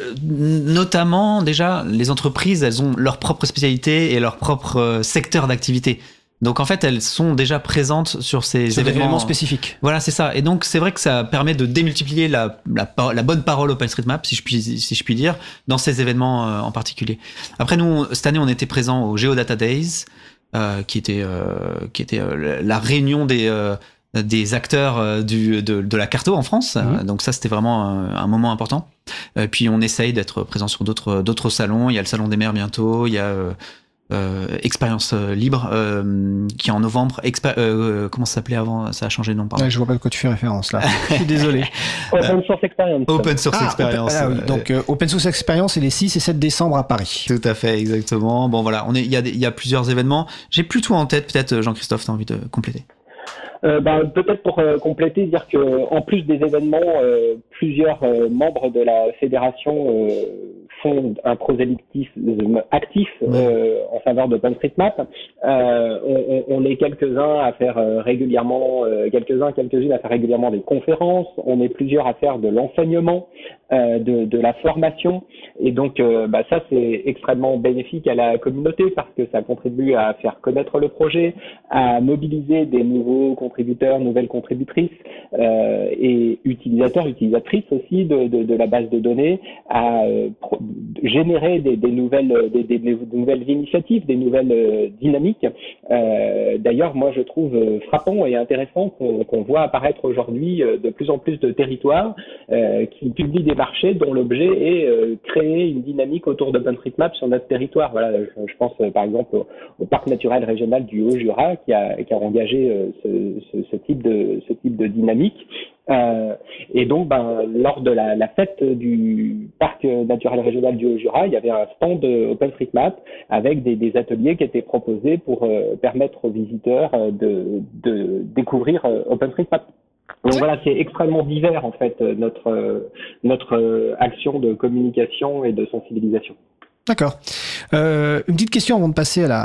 [SPEAKER 6] notamment, déjà, les entreprises, elles ont leur propre spécialité et leur propre euh, secteur d'activité. Donc, en fait, elles sont déjà présentes sur ces
[SPEAKER 1] sur
[SPEAKER 6] événements.
[SPEAKER 1] événements spécifiques.
[SPEAKER 6] Voilà, c'est ça. Et donc, c'est vrai que ça permet de démultiplier la, la, la bonne parole OpenStreetMap, si je puis, si je puis dire, dans ces événements euh, en particulier. Après, nous, cette année, on était présents au Geodata Days, euh, qui était, euh, qui était euh, la réunion des... Euh, des acteurs euh, du, de, de la carto en France. Mmh. Euh, donc ça, c'était vraiment un, un moment important. Et puis, on essaye d'être présent sur d'autres, d'autres salons. Il y a le Salon des maires bientôt. Il y a euh, euh, Expérience Libre euh, qui est en novembre. Expa- euh, comment ça s'appelait avant? Ça a changé de nom, pardon.
[SPEAKER 1] Ouais, je vois pas de quoi tu fais référence, là. Je suis désolé.
[SPEAKER 7] Open Source Experience.
[SPEAKER 6] Open Source
[SPEAKER 1] ah,
[SPEAKER 6] Experience.
[SPEAKER 1] Open, ah, oui. Donc, euh, Open Source Experience, c'est les six et sept décembre à Paris.
[SPEAKER 6] Tout à fait, exactement. Bon, voilà. On est, il y a, il y a plusieurs événements. J'ai plus tout en tête. Peut-être, Jean-Christophe, tu as envie de compléter?
[SPEAKER 7] Euh, bah, peut-être pour euh, compléter, dire que en plus des événements, euh, plusieurs euh, membres de la fédération euh, font un prosélytisme actif euh, en faveur d'OpenStreetMap. Euh, on, on est quelques-uns à faire euh, régulièrement, euh, quelques-uns, quelques-unes à faire régulièrement des conférences. On est plusieurs à faire de l'enseignement, euh, de, de la formation. Et donc, euh, bah, ça, c'est extrêmement bénéfique à la communauté parce que ça contribue à faire connaître le projet, à mobiliser des nouveaux contributeurs, nouvelles contributrices euh, et utilisateurs, utilisatrices aussi de, de, de la base de données, à euh, pro- générer des, des nouvelles, des, des, des nouvelles initiatives, des nouvelles euh, dynamiques. Euh, d'ailleurs, moi, je trouve frappant et intéressant qu'on, qu'on voit apparaître aujourd'hui euh, de plus en plus de territoires euh, qui publient des marchés dont l'objet est euh, créer une dynamique autour d'OpenStreetMap sur notre territoire. Voilà, je, je pense euh, par exemple au, au parc naturel régional du Haut-Jura qui a, qui a engagé euh, ce, ce, ce type de, ce type de dynamique. Euh, et donc, ben, lors de la, la fête du parc naturel régional du Haut-Jura, il y avait un stand OpenStreetMap avec des, des ateliers qui étaient proposés pour euh, permettre aux visiteurs de, de découvrir euh, OpenStreetMap. Donc voilà, c'est extrêmement divers en fait notre notre action de communication et de sensibilisation.
[SPEAKER 1] D'accord. Euh, une petite question avant de passer à la,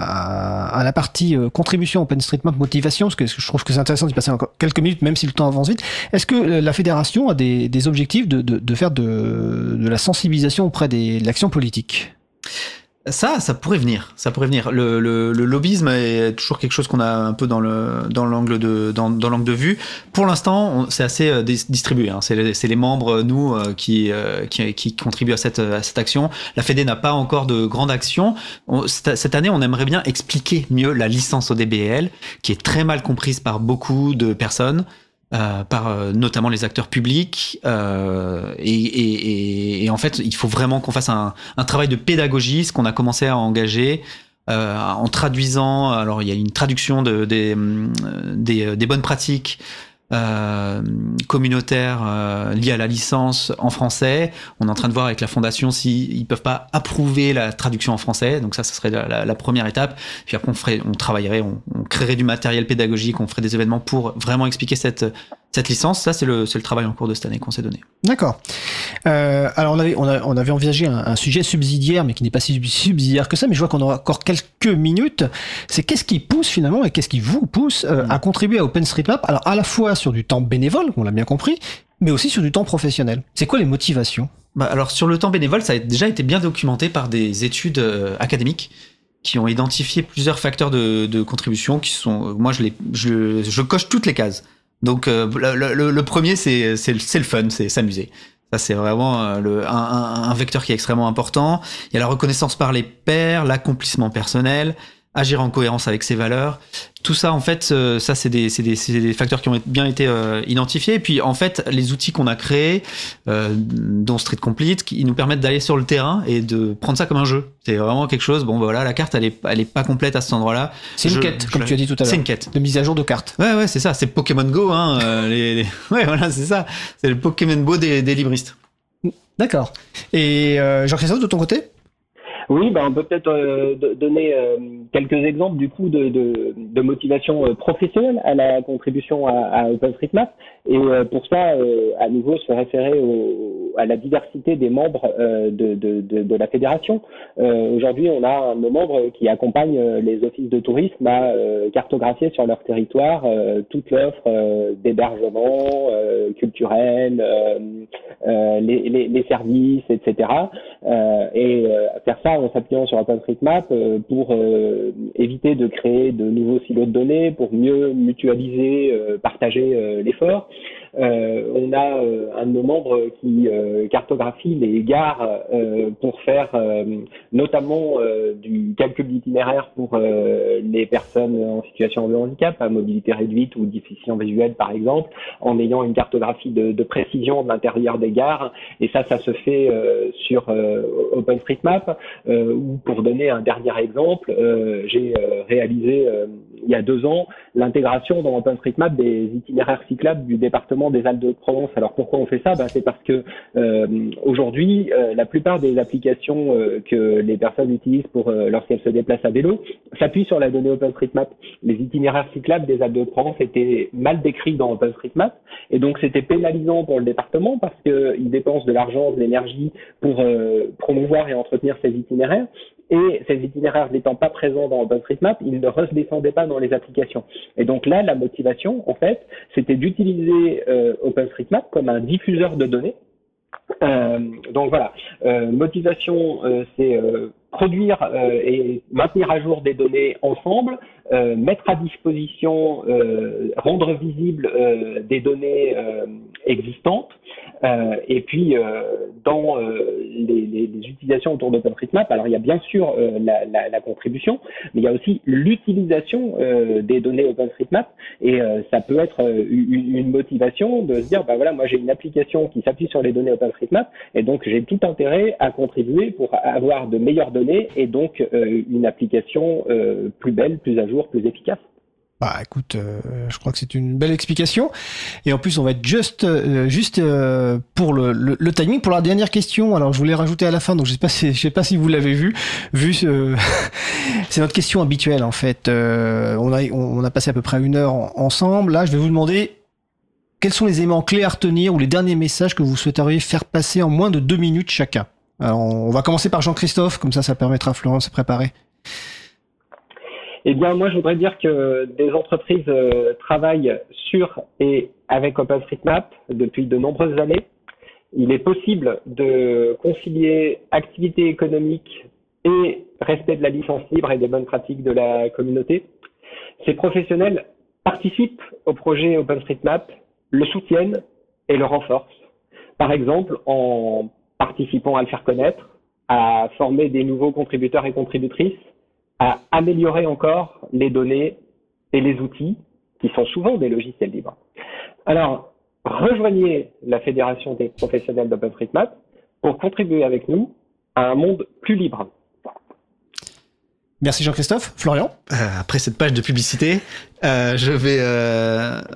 [SPEAKER 1] à, à la partie euh, contribution OpenStreetMap motivation, parce que je trouve que c'est intéressant d'y passer encore quelques minutes, même si le temps avance vite. Est-ce que euh, la fédération a des, des objectifs de, de, de faire de, de la sensibilisation auprès des, de l'action politique ?
[SPEAKER 6] Ça, ça pourrait venir. Ça pourrait venir. Le, le, le lobbyisme est toujours quelque chose qu'on a un peu dans le dans l'angle de dans, dans l'angle de vue. Pour l'instant, on, c'est assez euh, distribué. Hein. C'est, les, c'est les membres nous euh, qui, euh, qui qui contribuent à cette à cette action. La Fédé n'a pas encore de grande action. On, cette, cette année, on aimerait bien expliquer mieux la licence O D B L, qui est très mal comprise par beaucoup de personnes. Euh, par euh, notamment les acteurs publics euh, et, et, et, et en fait il faut vraiment qu'on fasse un, un travail de pédagogie, ce qu'on a commencé à engager euh, en traduisant. Alors il y a une traduction de, des, des, des bonnes pratiques euh, communautaires euh, liés à la licence en français. On est en train de voir avec la fondation s'ils ne peuvent pas approuver la traduction en français. Donc ça, ça serait la, la, la première étape. Puis après, on, ferait, on travaillerait, on, on créerait du matériel pédagogique, on ferait des événements pour vraiment expliquer cette, cette licence. Ça, c'est le, c'est le travail en cours de cette année qu'on s'est donné.
[SPEAKER 1] D'accord. Euh, alors, on avait, on, a, on avait envisagé un, un sujet subsidiaire, mais qui n'est pas si subsidiaire que ça, mais je vois qu'on aura encore quelques minutes. C'est qu'est-ce qui pousse finalement et qu'est-ce qui vous pousse euh, à contribuer à OpenStreetMap, alors à la fois sur du temps bénévole, on l'a bien compris, mais aussi sur du temps professionnel. C'est quoi les motivations ?
[SPEAKER 6] Bah alors sur le temps bénévole, ça a déjà été bien documenté par des études euh, académiques qui ont identifié plusieurs facteurs de, de contribution qui sont, moi je les, je, je coche toutes les cases. Donc euh, le, le, le premier c'est, c'est, c'est le fun, c'est s'amuser. Ça, c'est vraiment euh, le, un, un, un vecteur qui est extrêmement important. Il y a la reconnaissance par les pairs, l'accomplissement personnel, agir en cohérence avec ses valeurs. Tout ça, en fait, euh, ça, c'est des, c'est, des, c'est des facteurs qui ont bien été euh, identifiés. Et puis, en fait, les outils qu'on a créés, euh, dont Street Complete, ils nous permettent d'aller sur le terrain et de prendre ça comme un jeu. C'est vraiment quelque chose. Bon, bah, voilà, la carte, elle est, elle est pas complète à cet endroit-là.
[SPEAKER 1] C'est une
[SPEAKER 6] je,
[SPEAKER 1] quête,
[SPEAKER 6] je,
[SPEAKER 1] comme
[SPEAKER 6] je,
[SPEAKER 1] tu as dit tout à l'heure.
[SPEAKER 6] C'est une quête.
[SPEAKER 1] De mise à jour de cartes.
[SPEAKER 6] Ouais, ouais, c'est ça. C'est Pokémon Go, hein. euh, les, les... Ouais, voilà, c'est ça. C'est le Pokémon Go des, des libristes.
[SPEAKER 1] D'accord. Et euh, Jean-Christophe, de ton côté ?
[SPEAKER 7] Oui, ben on peut peut-être euh, donner euh, quelques exemples du coup de, de, de motivation euh, professionnelle à la contribution à, à OpenStreetMap. Et euh, pour ça, euh, à nouveau, se référer au, à la diversité des membres euh, de, de, de, de la fédération. Euh, aujourd'hui, on a nos membres qui accompagnent les offices de tourisme à euh, cartographier sur leur territoire euh, toute l'offre euh, d'hébergement euh, culturel, euh, euh, les, les, les services, et cetera. Euh, et euh, faire ça en s'appuyant sur OpenStreetMap euh, pour euh, éviter de créer de nouveaux silos de données, pour mieux mutualiser, euh, partager euh, l'effort. Euh, on a euh, un de nos membres qui euh, cartographie les gares euh, pour faire euh, notamment euh, du calcul d'itinéraire pour euh, les personnes en situation de handicap, à mobilité réduite ou déficient visuel par exemple, en ayant une cartographie de, de précision de l'intérieur des gares. Et ça, ça se fait euh, sur euh, OpenStreetMap. Euh, ou pour donner un dernier exemple, euh, j'ai euh, réalisé euh, il y a deux ans l'intégration dans OpenStreetMap des itinéraires cyclables du département des Alpes-de-Provence. Alors pourquoi on fait ça? Ben, c'est parce que euh, aujourd'hui, euh, la plupart des applications euh, que les personnes utilisent pour euh, lorsqu'elles se déplacent à vélo s'appuient sur la donnée OpenStreetMap. Les itinéraires cyclables des Alpes-de-Provence étaient mal décrits dans OpenStreetMap et donc c'était pénalisant pour le département parce qu'il dépense de l'argent, de l'énergie pour euh, promouvoir et entretenir ces itinéraires. Et ces itinéraires n'étant pas présents dans OpenStreetMap, ils ne redescendaient pas dans les applications. Et donc là, la motivation, en fait, c'était d'utiliser euh, OpenStreetMap comme un diffuseur de données. Euh, donc voilà, euh, motivation, euh, c'est euh, produire euh, et maintenir à jour des données ensemble, euh, mettre à disposition, euh, rendre visibles euh, des données euh, existantes, euh, et puis euh, dans euh, les, les, les utilisations autour d'OpenStreetMap, alors il y a bien sûr euh, la, la, la contribution, mais il y a aussi l'utilisation euh, des données OpenStreetMap, et euh, ça peut être euh, une, une motivation de se dire, bah voilà, moi j'ai une application qui s'appuie sur les données OpenStreetMap, et donc j'ai tout intérêt à contribuer pour avoir de meilleures données et donc euh, une application euh, plus belle, plus à jour, plus efficace.
[SPEAKER 1] Bah écoute, euh, je crois que c'est une belle explication. Et en plus, on va être juste, euh, juste euh, pour le, le, le timing. Pour la dernière question, alors je voulais rajouter à la fin, donc je sais pas si, je sais pas si vous l'avez vu. Vu, euh, c'est notre question habituelle en fait. Euh, on a, on a passé à peu près une heure en, ensemble. Là, je vais vous demander quels sont les éléments clés à retenir ou les derniers messages que vous souhaiteriez faire passer en moins de deux minutes chacun. Alors, on va commencer par Jean-Christophe, comme ça, ça permettra à Florent de se préparer.
[SPEAKER 7] Eh bien, moi, je voudrais dire que des entreprises euh, travaillent sur et avec OpenStreetMap depuis de nombreuses années. Il est possible de concilier activité économique et respect de la licence libre et des bonnes pratiques de la communauté. Ces professionnels participent au projet OpenStreetMap, le soutiennent et le renforcent. Par exemple, en participant à le faire connaître, à former des nouveaux contributeurs et contributrices, à améliorer encore les données et les outils qui sont souvent des logiciels libres. Alors, rejoignez la Fédération des professionnels d'OpenStreetMap pour contribuer avec nous à un monde plus libre.
[SPEAKER 1] Merci Jean-Christophe. Florian ?
[SPEAKER 6] euh, Après cette page de publicité, euh, je vais... Euh...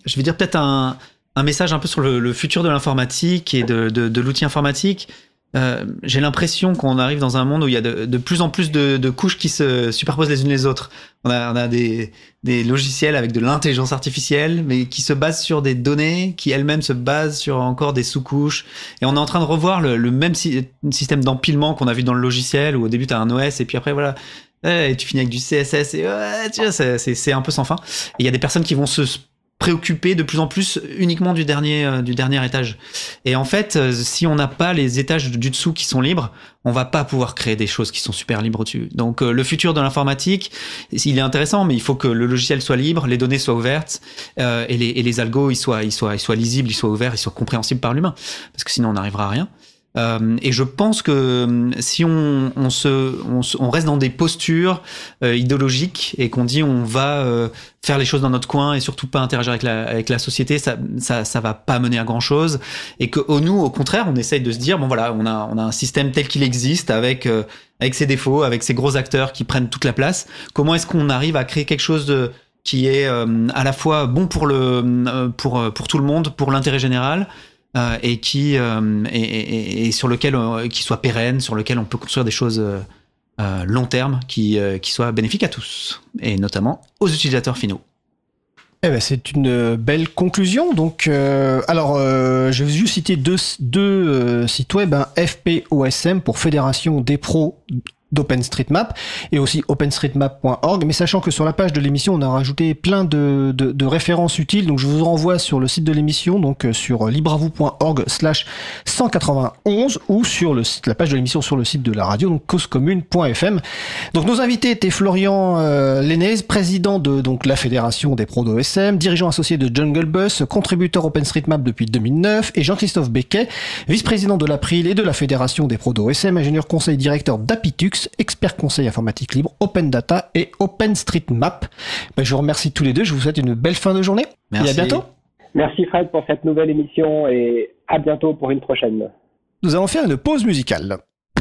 [SPEAKER 6] je vais dire peut-être un, un message un peu sur le, le futur de l'informatique et de, de, de l'outil informatique. Euh, j'ai l'impression qu'on arrive dans un monde où il y a de, de plus en plus de, de couches qui se superposent les unes les autres. On a, on a des, des logiciels avec de l'intelligence artificielle, mais qui se basent sur des données, qui elles-mêmes se basent sur encore des sous-couches. Et on est en train de revoir le, le même si, système d'empilement qu'on a vu dans le logiciel, où au début tu as un O S, et puis après voilà, et tu finis avec du C S S, et ouais, tu vois, c'est, c'est, c'est un peu sans fin. Et il y a des personnes qui vont se préoccupé de plus en plus uniquement du dernier euh, du dernier étage. Et en fait, euh, si on n'a pas les étages du dessous qui sont libres, on va pas pouvoir créer des choses qui sont super libres au-dessus. Donc euh, le futur de l'informatique, il est intéressant, mais il faut que le logiciel soit libre, les données soient ouvertes euh, et les et les algos ils soient ils soient ils soient lisibles, ils soient ouverts, ils soient compréhensibles par l'humain, parce que sinon on n'arrivera à rien. Euh, et je pense que si on, on, se, on, se, on reste dans des postures euh, idéologiques et qu'on dit on va euh, faire les choses dans notre coin et surtout pas interagir avec la, avec la société, ça, ça, ça va pas mener à grand chose. Et que au, nous, au contraire, on essaye de se dire bon voilà, on a, on a un système tel qu'il existe avec, euh, avec ses défauts, avec ses gros acteurs qui prennent toute la place. Comment est-ce qu'on arrive à créer quelque chose de, qui est euh, à la fois bon pour le, euh, pour, pour tout le monde, pour l'intérêt général? Euh, et qui euh, et, et, et sur lequel euh, qui soit pérenne, sur lequel on peut construire des choses euh, euh, long terme qui euh, qui soient bénéfiques à tous et notamment aux utilisateurs finaux.
[SPEAKER 1] Eh ben, c'est une belle conclusion. Donc, euh, alors, euh, je vais juste citer deux, deux euh, sites web, hein, F P O S M pour Fédération des pros d'OpenStreetMap et aussi openstreetmap point org, mais sachant que sur la page de l'émission on a rajouté plein de, de, de références utiles, donc je vous renvoie sur le site de l'émission, donc sur libravou point org slash cent quatre-vingt-onze ou sur le site, la page de l'émission sur le site de la radio, donc causecommune point f m. Donc nos invités étaient Florian euh, Lénez, président de donc la Fédération des pros d'O S M, dirigeant associé de Jungle Bus, contributeur OpenStreetMap depuis deux mille neuf, et Jean-Christophe Becquet, vice-président de l'April et de la Fédération des pros d'O S M, ingénieur conseil directeur d'Apitux, expert conseil informatique libre, Open Data et OpenStreetMap. Ben, je vous remercie tous les deux, je vous souhaite une belle fin de journée.
[SPEAKER 6] Merci.
[SPEAKER 1] Et à bientôt.
[SPEAKER 7] Merci Fred pour cette nouvelle émission et à bientôt pour une prochaine.
[SPEAKER 1] Nous allons faire une pause musicale.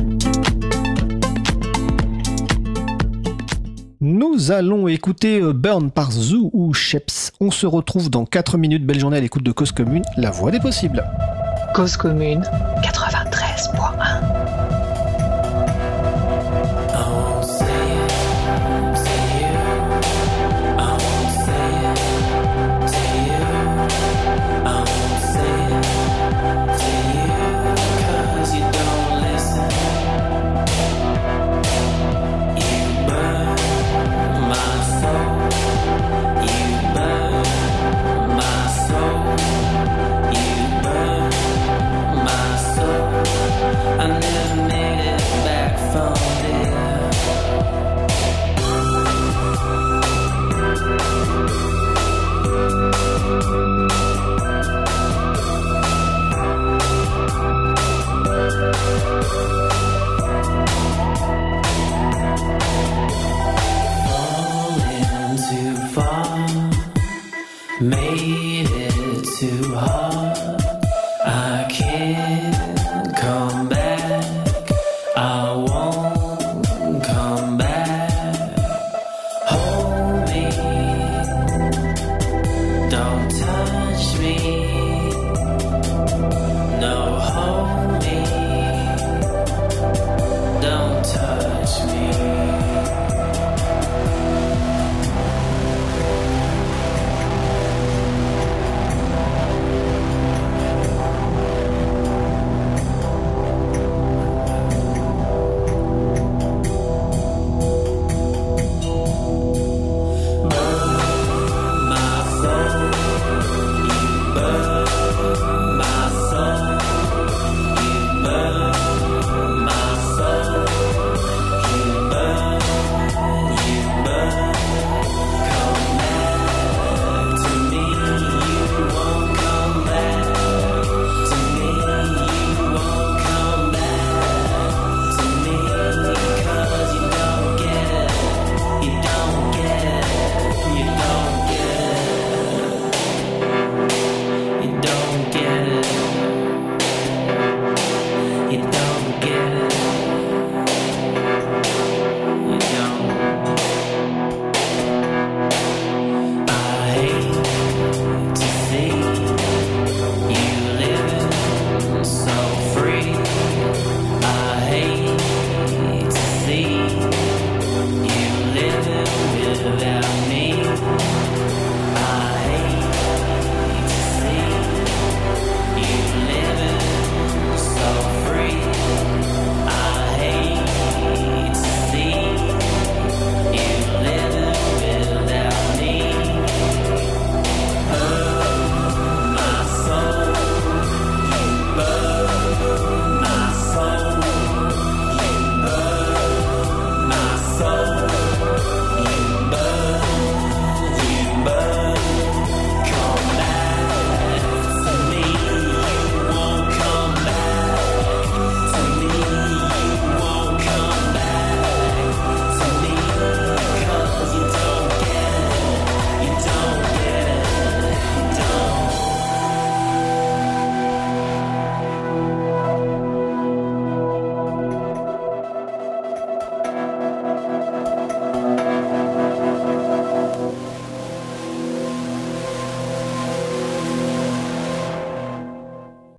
[SPEAKER 1] Nous allons écouter Burn par Zoo ou Sheps. On se retrouve dans quatre minutes. Belle journée à l'écoute de Cause Commune, la voix des possibles.
[SPEAKER 4] Cause Commune quatre-vingt-treize point un.
[SPEAKER 9] Made it too hard. I can't come back. I won't come back. Hold me. Don't touch me. No, hold me. Don't touch me.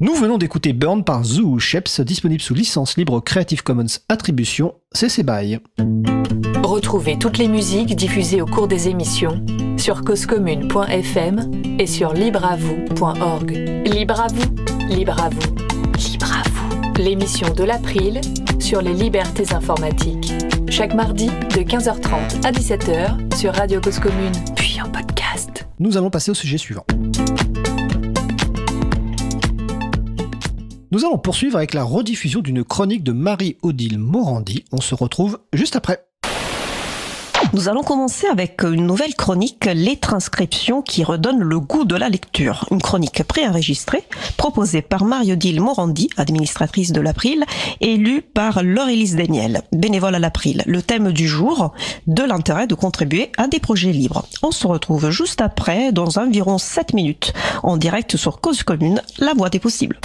[SPEAKER 1] Nous venons d'écouter Burn par Zoo Sheps, disponible sous licence libre Creative Commons Attribution C C B Y.
[SPEAKER 4] Retrouvez toutes les musiques diffusées au cours des émissions sur cause commune point f m et sur libre à vous point org. Libre à vous, libre à vous, libre à vous. L'émission de l'April sur les libertés informatiques. Chaque mardi de quinze heures trente à dix-sept heures sur Radio Cause Commune, puis en podcast.
[SPEAKER 1] Nous allons passer au sujet suivant. Nous allons poursuivre avec la rediffusion d'une chronique de Marie-Odile Morandi. On se retrouve juste après.
[SPEAKER 10] Nous allons commencer avec une nouvelle chronique, les transcriptions qui redonnent le goût de la lecture. Une chronique préenregistrée, proposée par Marie-Odile Morandi, administratrice de l'April, et lue par Laure-Élise Daniel, bénévole à l'April. Le thème du jour, de l'intérêt de contribuer à des projets libres. On se retrouve juste après, dans environ sept minutes, en direct sur Cause Commune, la voie des possibles.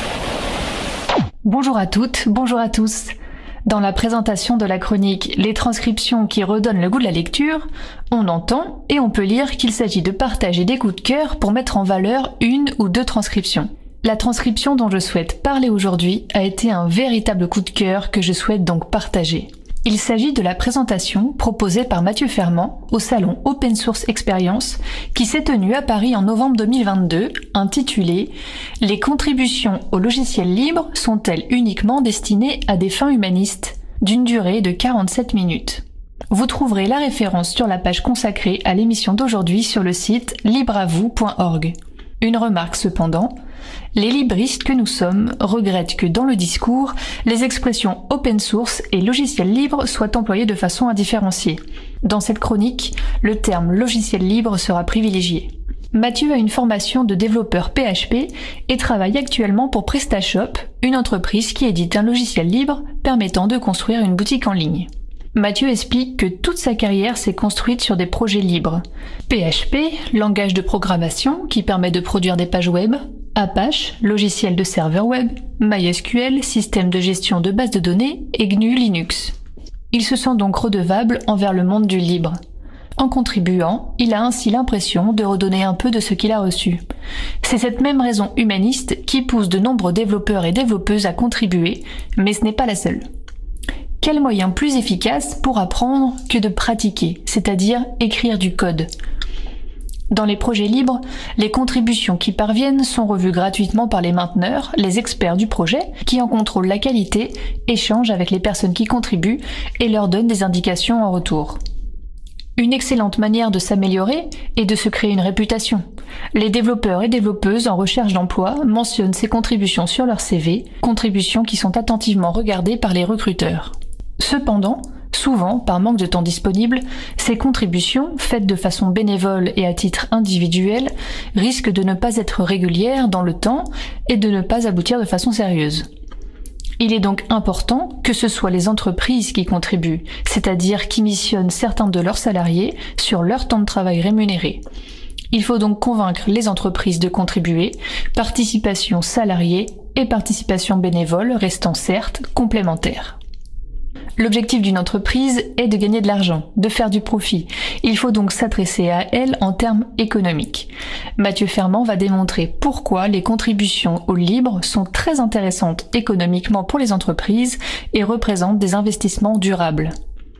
[SPEAKER 11] Bonjour à toutes, bonjour à tous. Dans la présentation de la chronique « Les transcriptions qui redonnent le goût de la lecture », on entend et on peut lire qu'il s'agit de partager des coups de cœur pour mettre en valeur une ou deux transcriptions. La transcription dont je souhaite parler aujourd'hui a été un véritable coup de cœur que je souhaite donc partager. Il s'agit de la présentation proposée par Mathieu Fermand au salon Open Source Experience qui s'est tenu à Paris en novembre deux mille vingt-deux, intitulée « Les contributions au logiciel libre sont-elles uniquement destinées à des fins humanistes ?» d'une durée de quarante-sept minutes. Vous trouverez la référence sur la page consacrée à l'émission d'aujourd'hui sur le site libre à vous point org. Une remarque cependant, les libristes que nous sommes regrettent que dans le discours, les expressions open source et logiciel libre soient employées de façon indifférenciée. Dans cette chronique, le terme logiciel libre sera privilégié. Mathieu a une formation de développeur P H P et travaille actuellement pour PrestaShop, une entreprise qui édite un logiciel libre permettant de construire une boutique en ligne. Mathieu explique que toute sa carrière s'est construite sur des projets libres. P H P, langage de programmation qui permet de produire des pages web, Apache, logiciel de serveur web, MySQL, système de gestion de bases de données et G N U Linux. Il se sent donc redevable envers le monde du libre. En contribuant, il a ainsi l'impression de redonner un peu de ce qu'il a reçu. C'est cette même raison humaniste qui pousse de nombreux développeurs et développeuses à contribuer, mais ce n'est pas la seule. Quel moyen plus efficace pour apprendre que de pratiquer, c'est-à-dire écrire du code ? Dans les projets libres, les contributions qui parviennent sont revues gratuitement par les mainteneurs, les experts du projet, qui en contrôlent la qualité, échangent avec les personnes qui contribuent et leur donnent des indications en retour. Une excellente manière de s'améliorer est de se créer une réputation. Les développeurs et développeuses en recherche d'emploi mentionnent ces contributions sur leur C V, contributions qui sont attentivement regardées par les recruteurs. Cependant, souvent, par manque de temps disponible, ces contributions, faites de façon bénévole et à titre individuel, risquent de ne pas être régulières dans le temps et de ne pas aboutir de façon sérieuse. Il est donc important que ce soit les entreprises qui contribuent, c'est-à-dire qui missionnent certains de leurs salariés sur leur temps de travail rémunéré. Il faut donc convaincre les entreprises de contribuer, participation salariée et participation bénévole restant certes complémentaires. L'objectif d'une entreprise est de gagner de l'argent, de faire du profit. Il faut donc s'adresser à elle en termes économiques. Mathieu Fermand va démontrer pourquoi les contributions au libre sont très intéressantes économiquement pour les entreprises et représentent des investissements durables.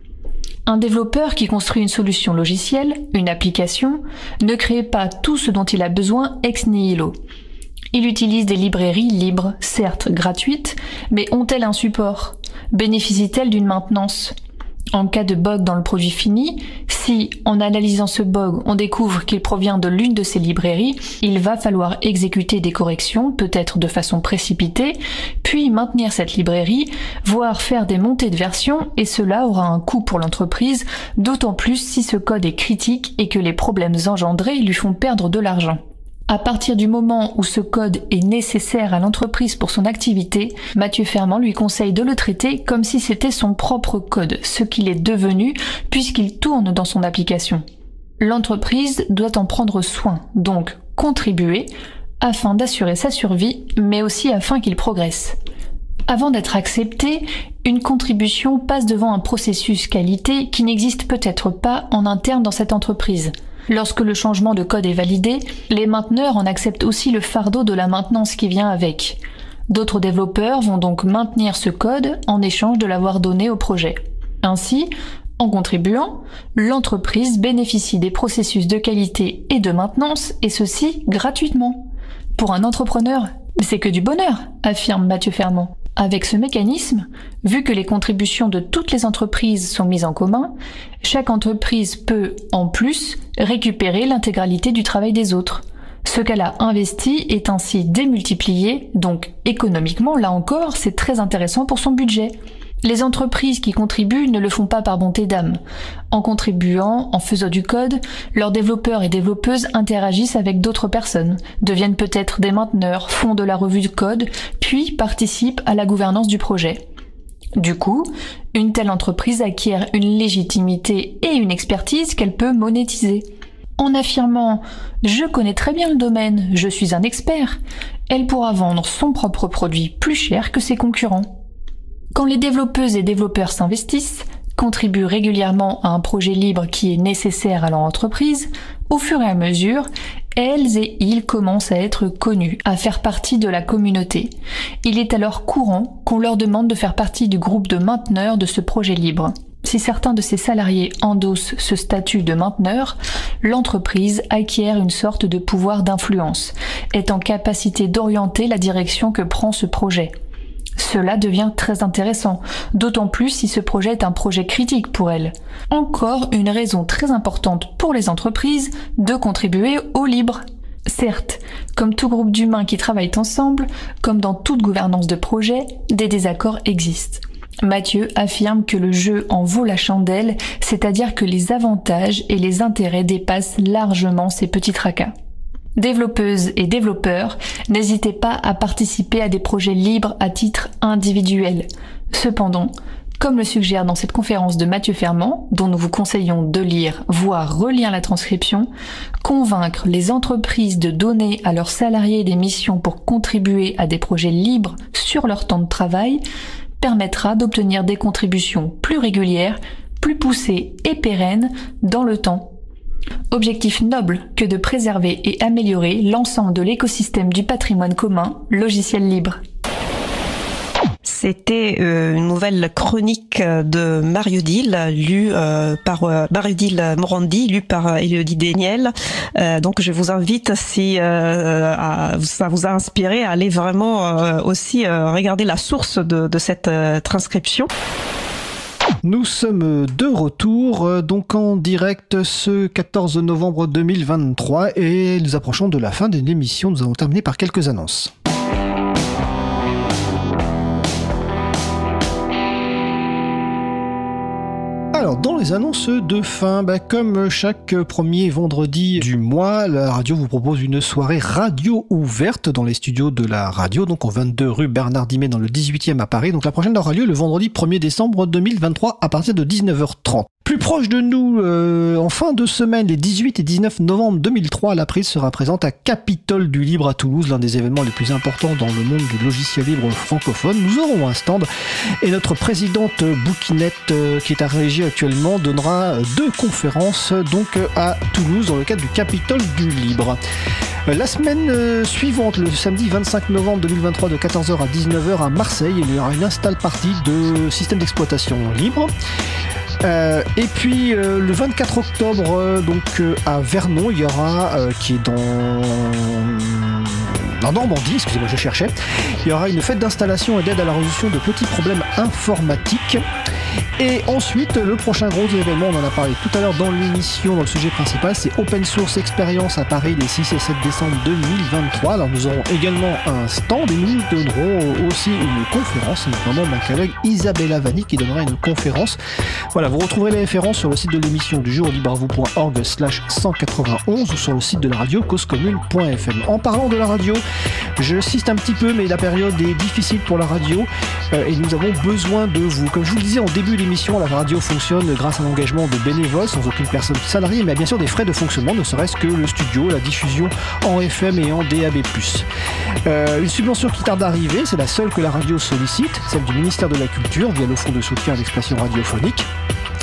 [SPEAKER 11] Un développeur qui construit une solution logicielle, une application, ne crée pas tout ce dont il a besoin ex nihilo. Il utilise des librairies libres, certes gratuites, mais ont-elles un support ? Bénéficient-elles d'une maintenance ? En cas de bug dans le produit fini, si, en analysant ce bug, on découvre qu'il provient de l'une de ces librairies, il va falloir exécuter des corrections, peut-être de façon précipitée, puis maintenir cette librairie, voire faire des montées de version, et cela aura un coût pour l'entreprise, d'autant plus si ce code est critique et que les problèmes engendrés lui font perdre de l'argent. À partir du moment où ce code est nécessaire à l'entreprise pour son activité, Mathieu Fermand lui conseille de le traiter comme si c'était son propre code, ce qu'il est devenu puisqu'il tourne dans son application. L'entreprise doit en prendre soin, donc contribuer, afin d'assurer sa survie, mais aussi afin qu'il progresse. Avant d'être acceptée, une contribution passe devant un processus qualité qui n'existe peut-être pas en interne dans cette entreprise. Lorsque le changement de code est validé, les mainteneurs en acceptent aussi le fardeau de la maintenance qui vient avec. D'autres développeurs vont donc maintenir ce code en échange de l'avoir donné au projet. Ainsi, en contribuant, l'entreprise bénéficie des processus de qualité et de maintenance, et ceci gratuitement. Pour un entrepreneur, c'est que du bonheur, affirme Mathieu Fermand. Avec ce mécanisme, vu que les contributions de toutes les entreprises sont mises en commun, chaque entreprise peut, en plus, récupérer l'intégralité du travail des autres. Ce qu'elle a investi est ainsi démultiplié, donc économiquement, là encore, c'est très intéressant pour son budget. Les entreprises qui contribuent ne le font pas par bonté d'âme. En contribuant, en faisant du code, leurs développeurs et développeuses interagissent avec d'autres personnes, deviennent peut-être des mainteneurs, font de la revue de code, puis participent à la gouvernance du projet. Du coup, une telle entreprise acquiert une légitimité et une expertise qu'elle peut monétiser. En affirmant « je connais très bien le domaine, je suis un expert », elle pourra vendre son propre produit plus cher que ses concurrents. Quand les développeuses et développeurs s'investissent, contribuent régulièrement à un projet libre qui est nécessaire à leur entreprise, au fur et à mesure, elles et ils commencent à être connus, à faire partie de la communauté. Il est alors courant qu'on leur demande de faire partie du groupe de mainteneurs de ce projet libre. Si certains de ces salariés endossent ce statut de mainteneur, l'entreprise acquiert une sorte de pouvoir d'influence, est en capacité d'orienter la direction que prend ce projet. Cela devient très intéressant, d'autant plus si ce projet est un projet critique pour elles. Encore une raison très importante pour les entreprises de contribuer au libre. Certes, comme tout groupe d'humains qui travaillent ensemble, comme dans toute gouvernance de projet, des désaccords existent. Mathieu affirme que le jeu en vaut la chandelle, c'est-à-dire que les avantages et les intérêts dépassent largement ces petits tracas. Développeuses et développeurs, n'hésitez pas à participer à des projets libres à titre individuel. Cependant, comme le suggère dans cette conférence de Mathieu Fermand, dont nous vous conseillons de lire, voire relire la transcription, convaincre les entreprises de donner à leurs salariés des missions pour contribuer à des projets libres sur leur temps de travail permettra d'obtenir des contributions plus régulières, plus poussées et pérennes dans le temps. Objectif noble que de préserver et améliorer l'ensemble de l'écosystème du patrimoine commun, logiciel libre.
[SPEAKER 10] C'était euh, une nouvelle chronique de Mariodil, lue euh, par euh, Mariodil Morandi, lue par euh, Élodie Déniel. Euh, donc je vous invite, si euh, à, ça vous a inspiré, à aller vraiment euh, aussi euh, regarder la source de, de cette euh, transcription.
[SPEAKER 1] Nous sommes de retour, donc en direct ce quatorze novembre deux mille vingt-trois, et nous approchons de la fin de l'émission. Nous allons terminer par quelques annonces. Alors, dans les annonces de fin, bah, comme chaque premier vendredi du mois, la radio vous propose une soirée radio ouverte dans les studios de la radio, donc en vingt-deux rue Bernard Dimet dans le dix-huitième à Paris. Donc la prochaine aura lieu le vendredi premier décembre deux mille vingt-trois à partir de dix-neuf heures trente. Plus proche de nous, euh, en fin de semaine, les dix-huit et dix-neuf novembre deux mille trois, la prise sera présente à Capitole du Libre à Toulouse, l'un des événements les plus importants dans le monde du logiciel libre francophone. Nous aurons un stand et notre présidente Bouquinette, euh, qui est à Régie actuellement, donnera deux conférences donc à Toulouse dans le cadre du Capitole du Libre. La semaine euh, suivante, le samedi vingt-cinq novembre deux mille vingt-trois, de quatorze heures à dix-neuf heures à Marseille, il y aura une install party de système d'exploitation libre. Euh, et puis euh, le vingt-quatre octobre, euh, donc euh, à Vernon, il y aura, euh, qui est dans en Normandie, excusez-moi, je cherchais, il y aura une fête d'installation et d'aide à la résolution de petits problèmes informatiques. Et ensuite, le prochain gros événement, on en a parlé tout à l'heure dans l'émission, dans le sujet principal, c'est Open Source Experience à Paris les six et sept décembre deux mille vingt-trois. Alors nous aurons également un stand et nous donnerons aussi une conférence, notamment ma collègue Isabella Vanni qui donnera une conférence. Voilà, vous retrouverez les références sur le site de l'émission du jour libravou point org slash cent quatre-vingt-onze ou sur le site de la radio causecommune point f m. En parlant de la radio, je cite un petit peu, mais la période est difficile pour la radio euh, et nous avons besoin de vous. Comme je vous le disais en début de l'émission, la radio fonctionne grâce à l'engagement de bénévoles sans aucune personne salariée, mais bien sûr des frais de fonctionnement, ne serait-ce que le studio, la diffusion en F M et en D A B plus. Euh, une subvention qui tarde à arriver, c'est la seule que la radio sollicite, celle du ministère de la Culture via le fonds de soutien à l'expression radiophonique.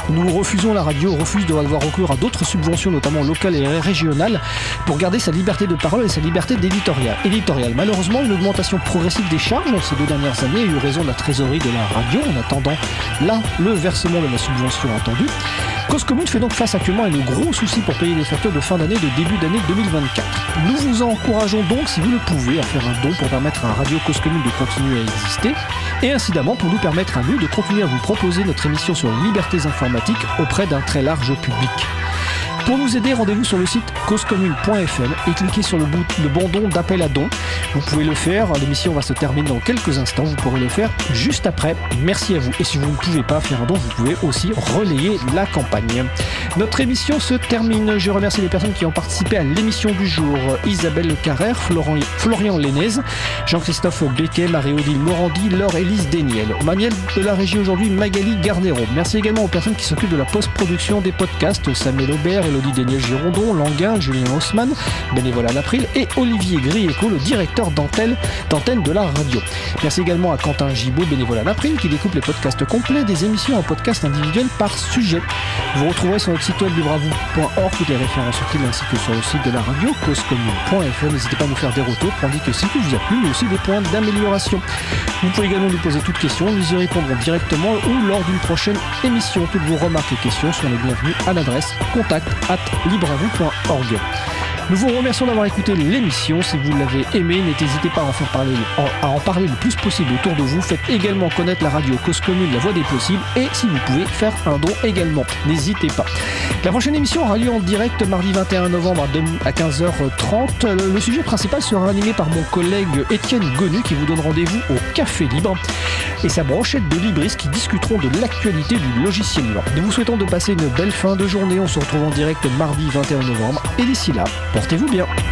[SPEAKER 1] Nous refusons la radio, refuse de devoir recours à d'autres subventions, notamment locales et régionales, pour garder sa liberté de parole et sa liberté d'éditorial. Éditorial. Malheureusement, une augmentation progressive des charges ces deux dernières années a eu raison de la trésorerie de la radio, en attendant là le versement de la subvention attendue. Cause Commune fait donc face actuellement à de gros soucis pour payer les factures de fin d'année de début d'année deux mille vingt-quatre. Nous vous encourageons donc, si vous le pouvez, à faire un don pour permettre à Radio Cause Commune de continuer à exister et incidemment pour nous permettre à nous de continuer à vous proposer notre émission sur les libertés informatiques auprès d'un très large public. Pour nous aider, rendez-vous sur le site cause commune point f m et cliquez sur le, bout, le bon don d'appel à don. Vous pouvez le faire, l'émission va se terminer dans quelques instants, vous pourrez le faire juste après. Merci à vous. Et si vous ne pouvez pas faire un don, vous pouvez aussi relayer la campagne. Notre émission se termine. Je remercie les personnes qui ont participé à l'émission du jour. Isabelle Carrère, Florent, Florian Lénez, Jean-Christophe Becquet, Marie-Odile Morandi, Laure-Élise Déniel. Manuel de la régie aujourd'hui, Magali Garnero. Merci également aux personnes qui s'occupent de la post-production des podcasts, Samuel Aubert, Elodie Déniel Girondon, Languin, Julien Haussmann, bénévole à l'April et Olivier Grieco, le directeur d'antenne, d'antenne de la radio. Merci également à Quentin Gibaud, bénévole à l'April, qui découpe les podcasts complets des émissions en podcast individuels par sujet. Vous retrouverez sur notre site web libre à vous point org toutes les références utiles ainsi que sur le site de la radio cause commune point f m. N'hésitez pas à nous faire des retours pour indiquer ce qui vous a plu mais aussi des points d'amélioration. Vous pouvez également nous poser toutes questions, nous y répondrons directement ou lors d'une prochaine émission. Toutes vos remarques et questions sont les bienvenues à l'adresse contact arobase libre à vous point org. Nous vous remercions d'avoir écouté l'émission. Si vous l'avez aimé, n'hésitez pas à en faire parler, à en parler le plus possible autour de vous. Faites également connaître la radio Cause Commune, la voix des possibles. Et si vous pouvez, faire un don également. N'hésitez pas. La prochaine émission aura lieu en direct mardi vingt et un novembre à quinze heures trente. Le sujet principal sera animé par mon collègue Étienne Gonu qui vous donne rendez-vous au Café Libre et sa brochette de libristes qui discuteront de l'actualité du logiciel libre. Nous vous souhaitons de passer une belle fin de journée. On se retrouve en direct mardi vingt et un novembre. Et d'ici là, portez-vous bien.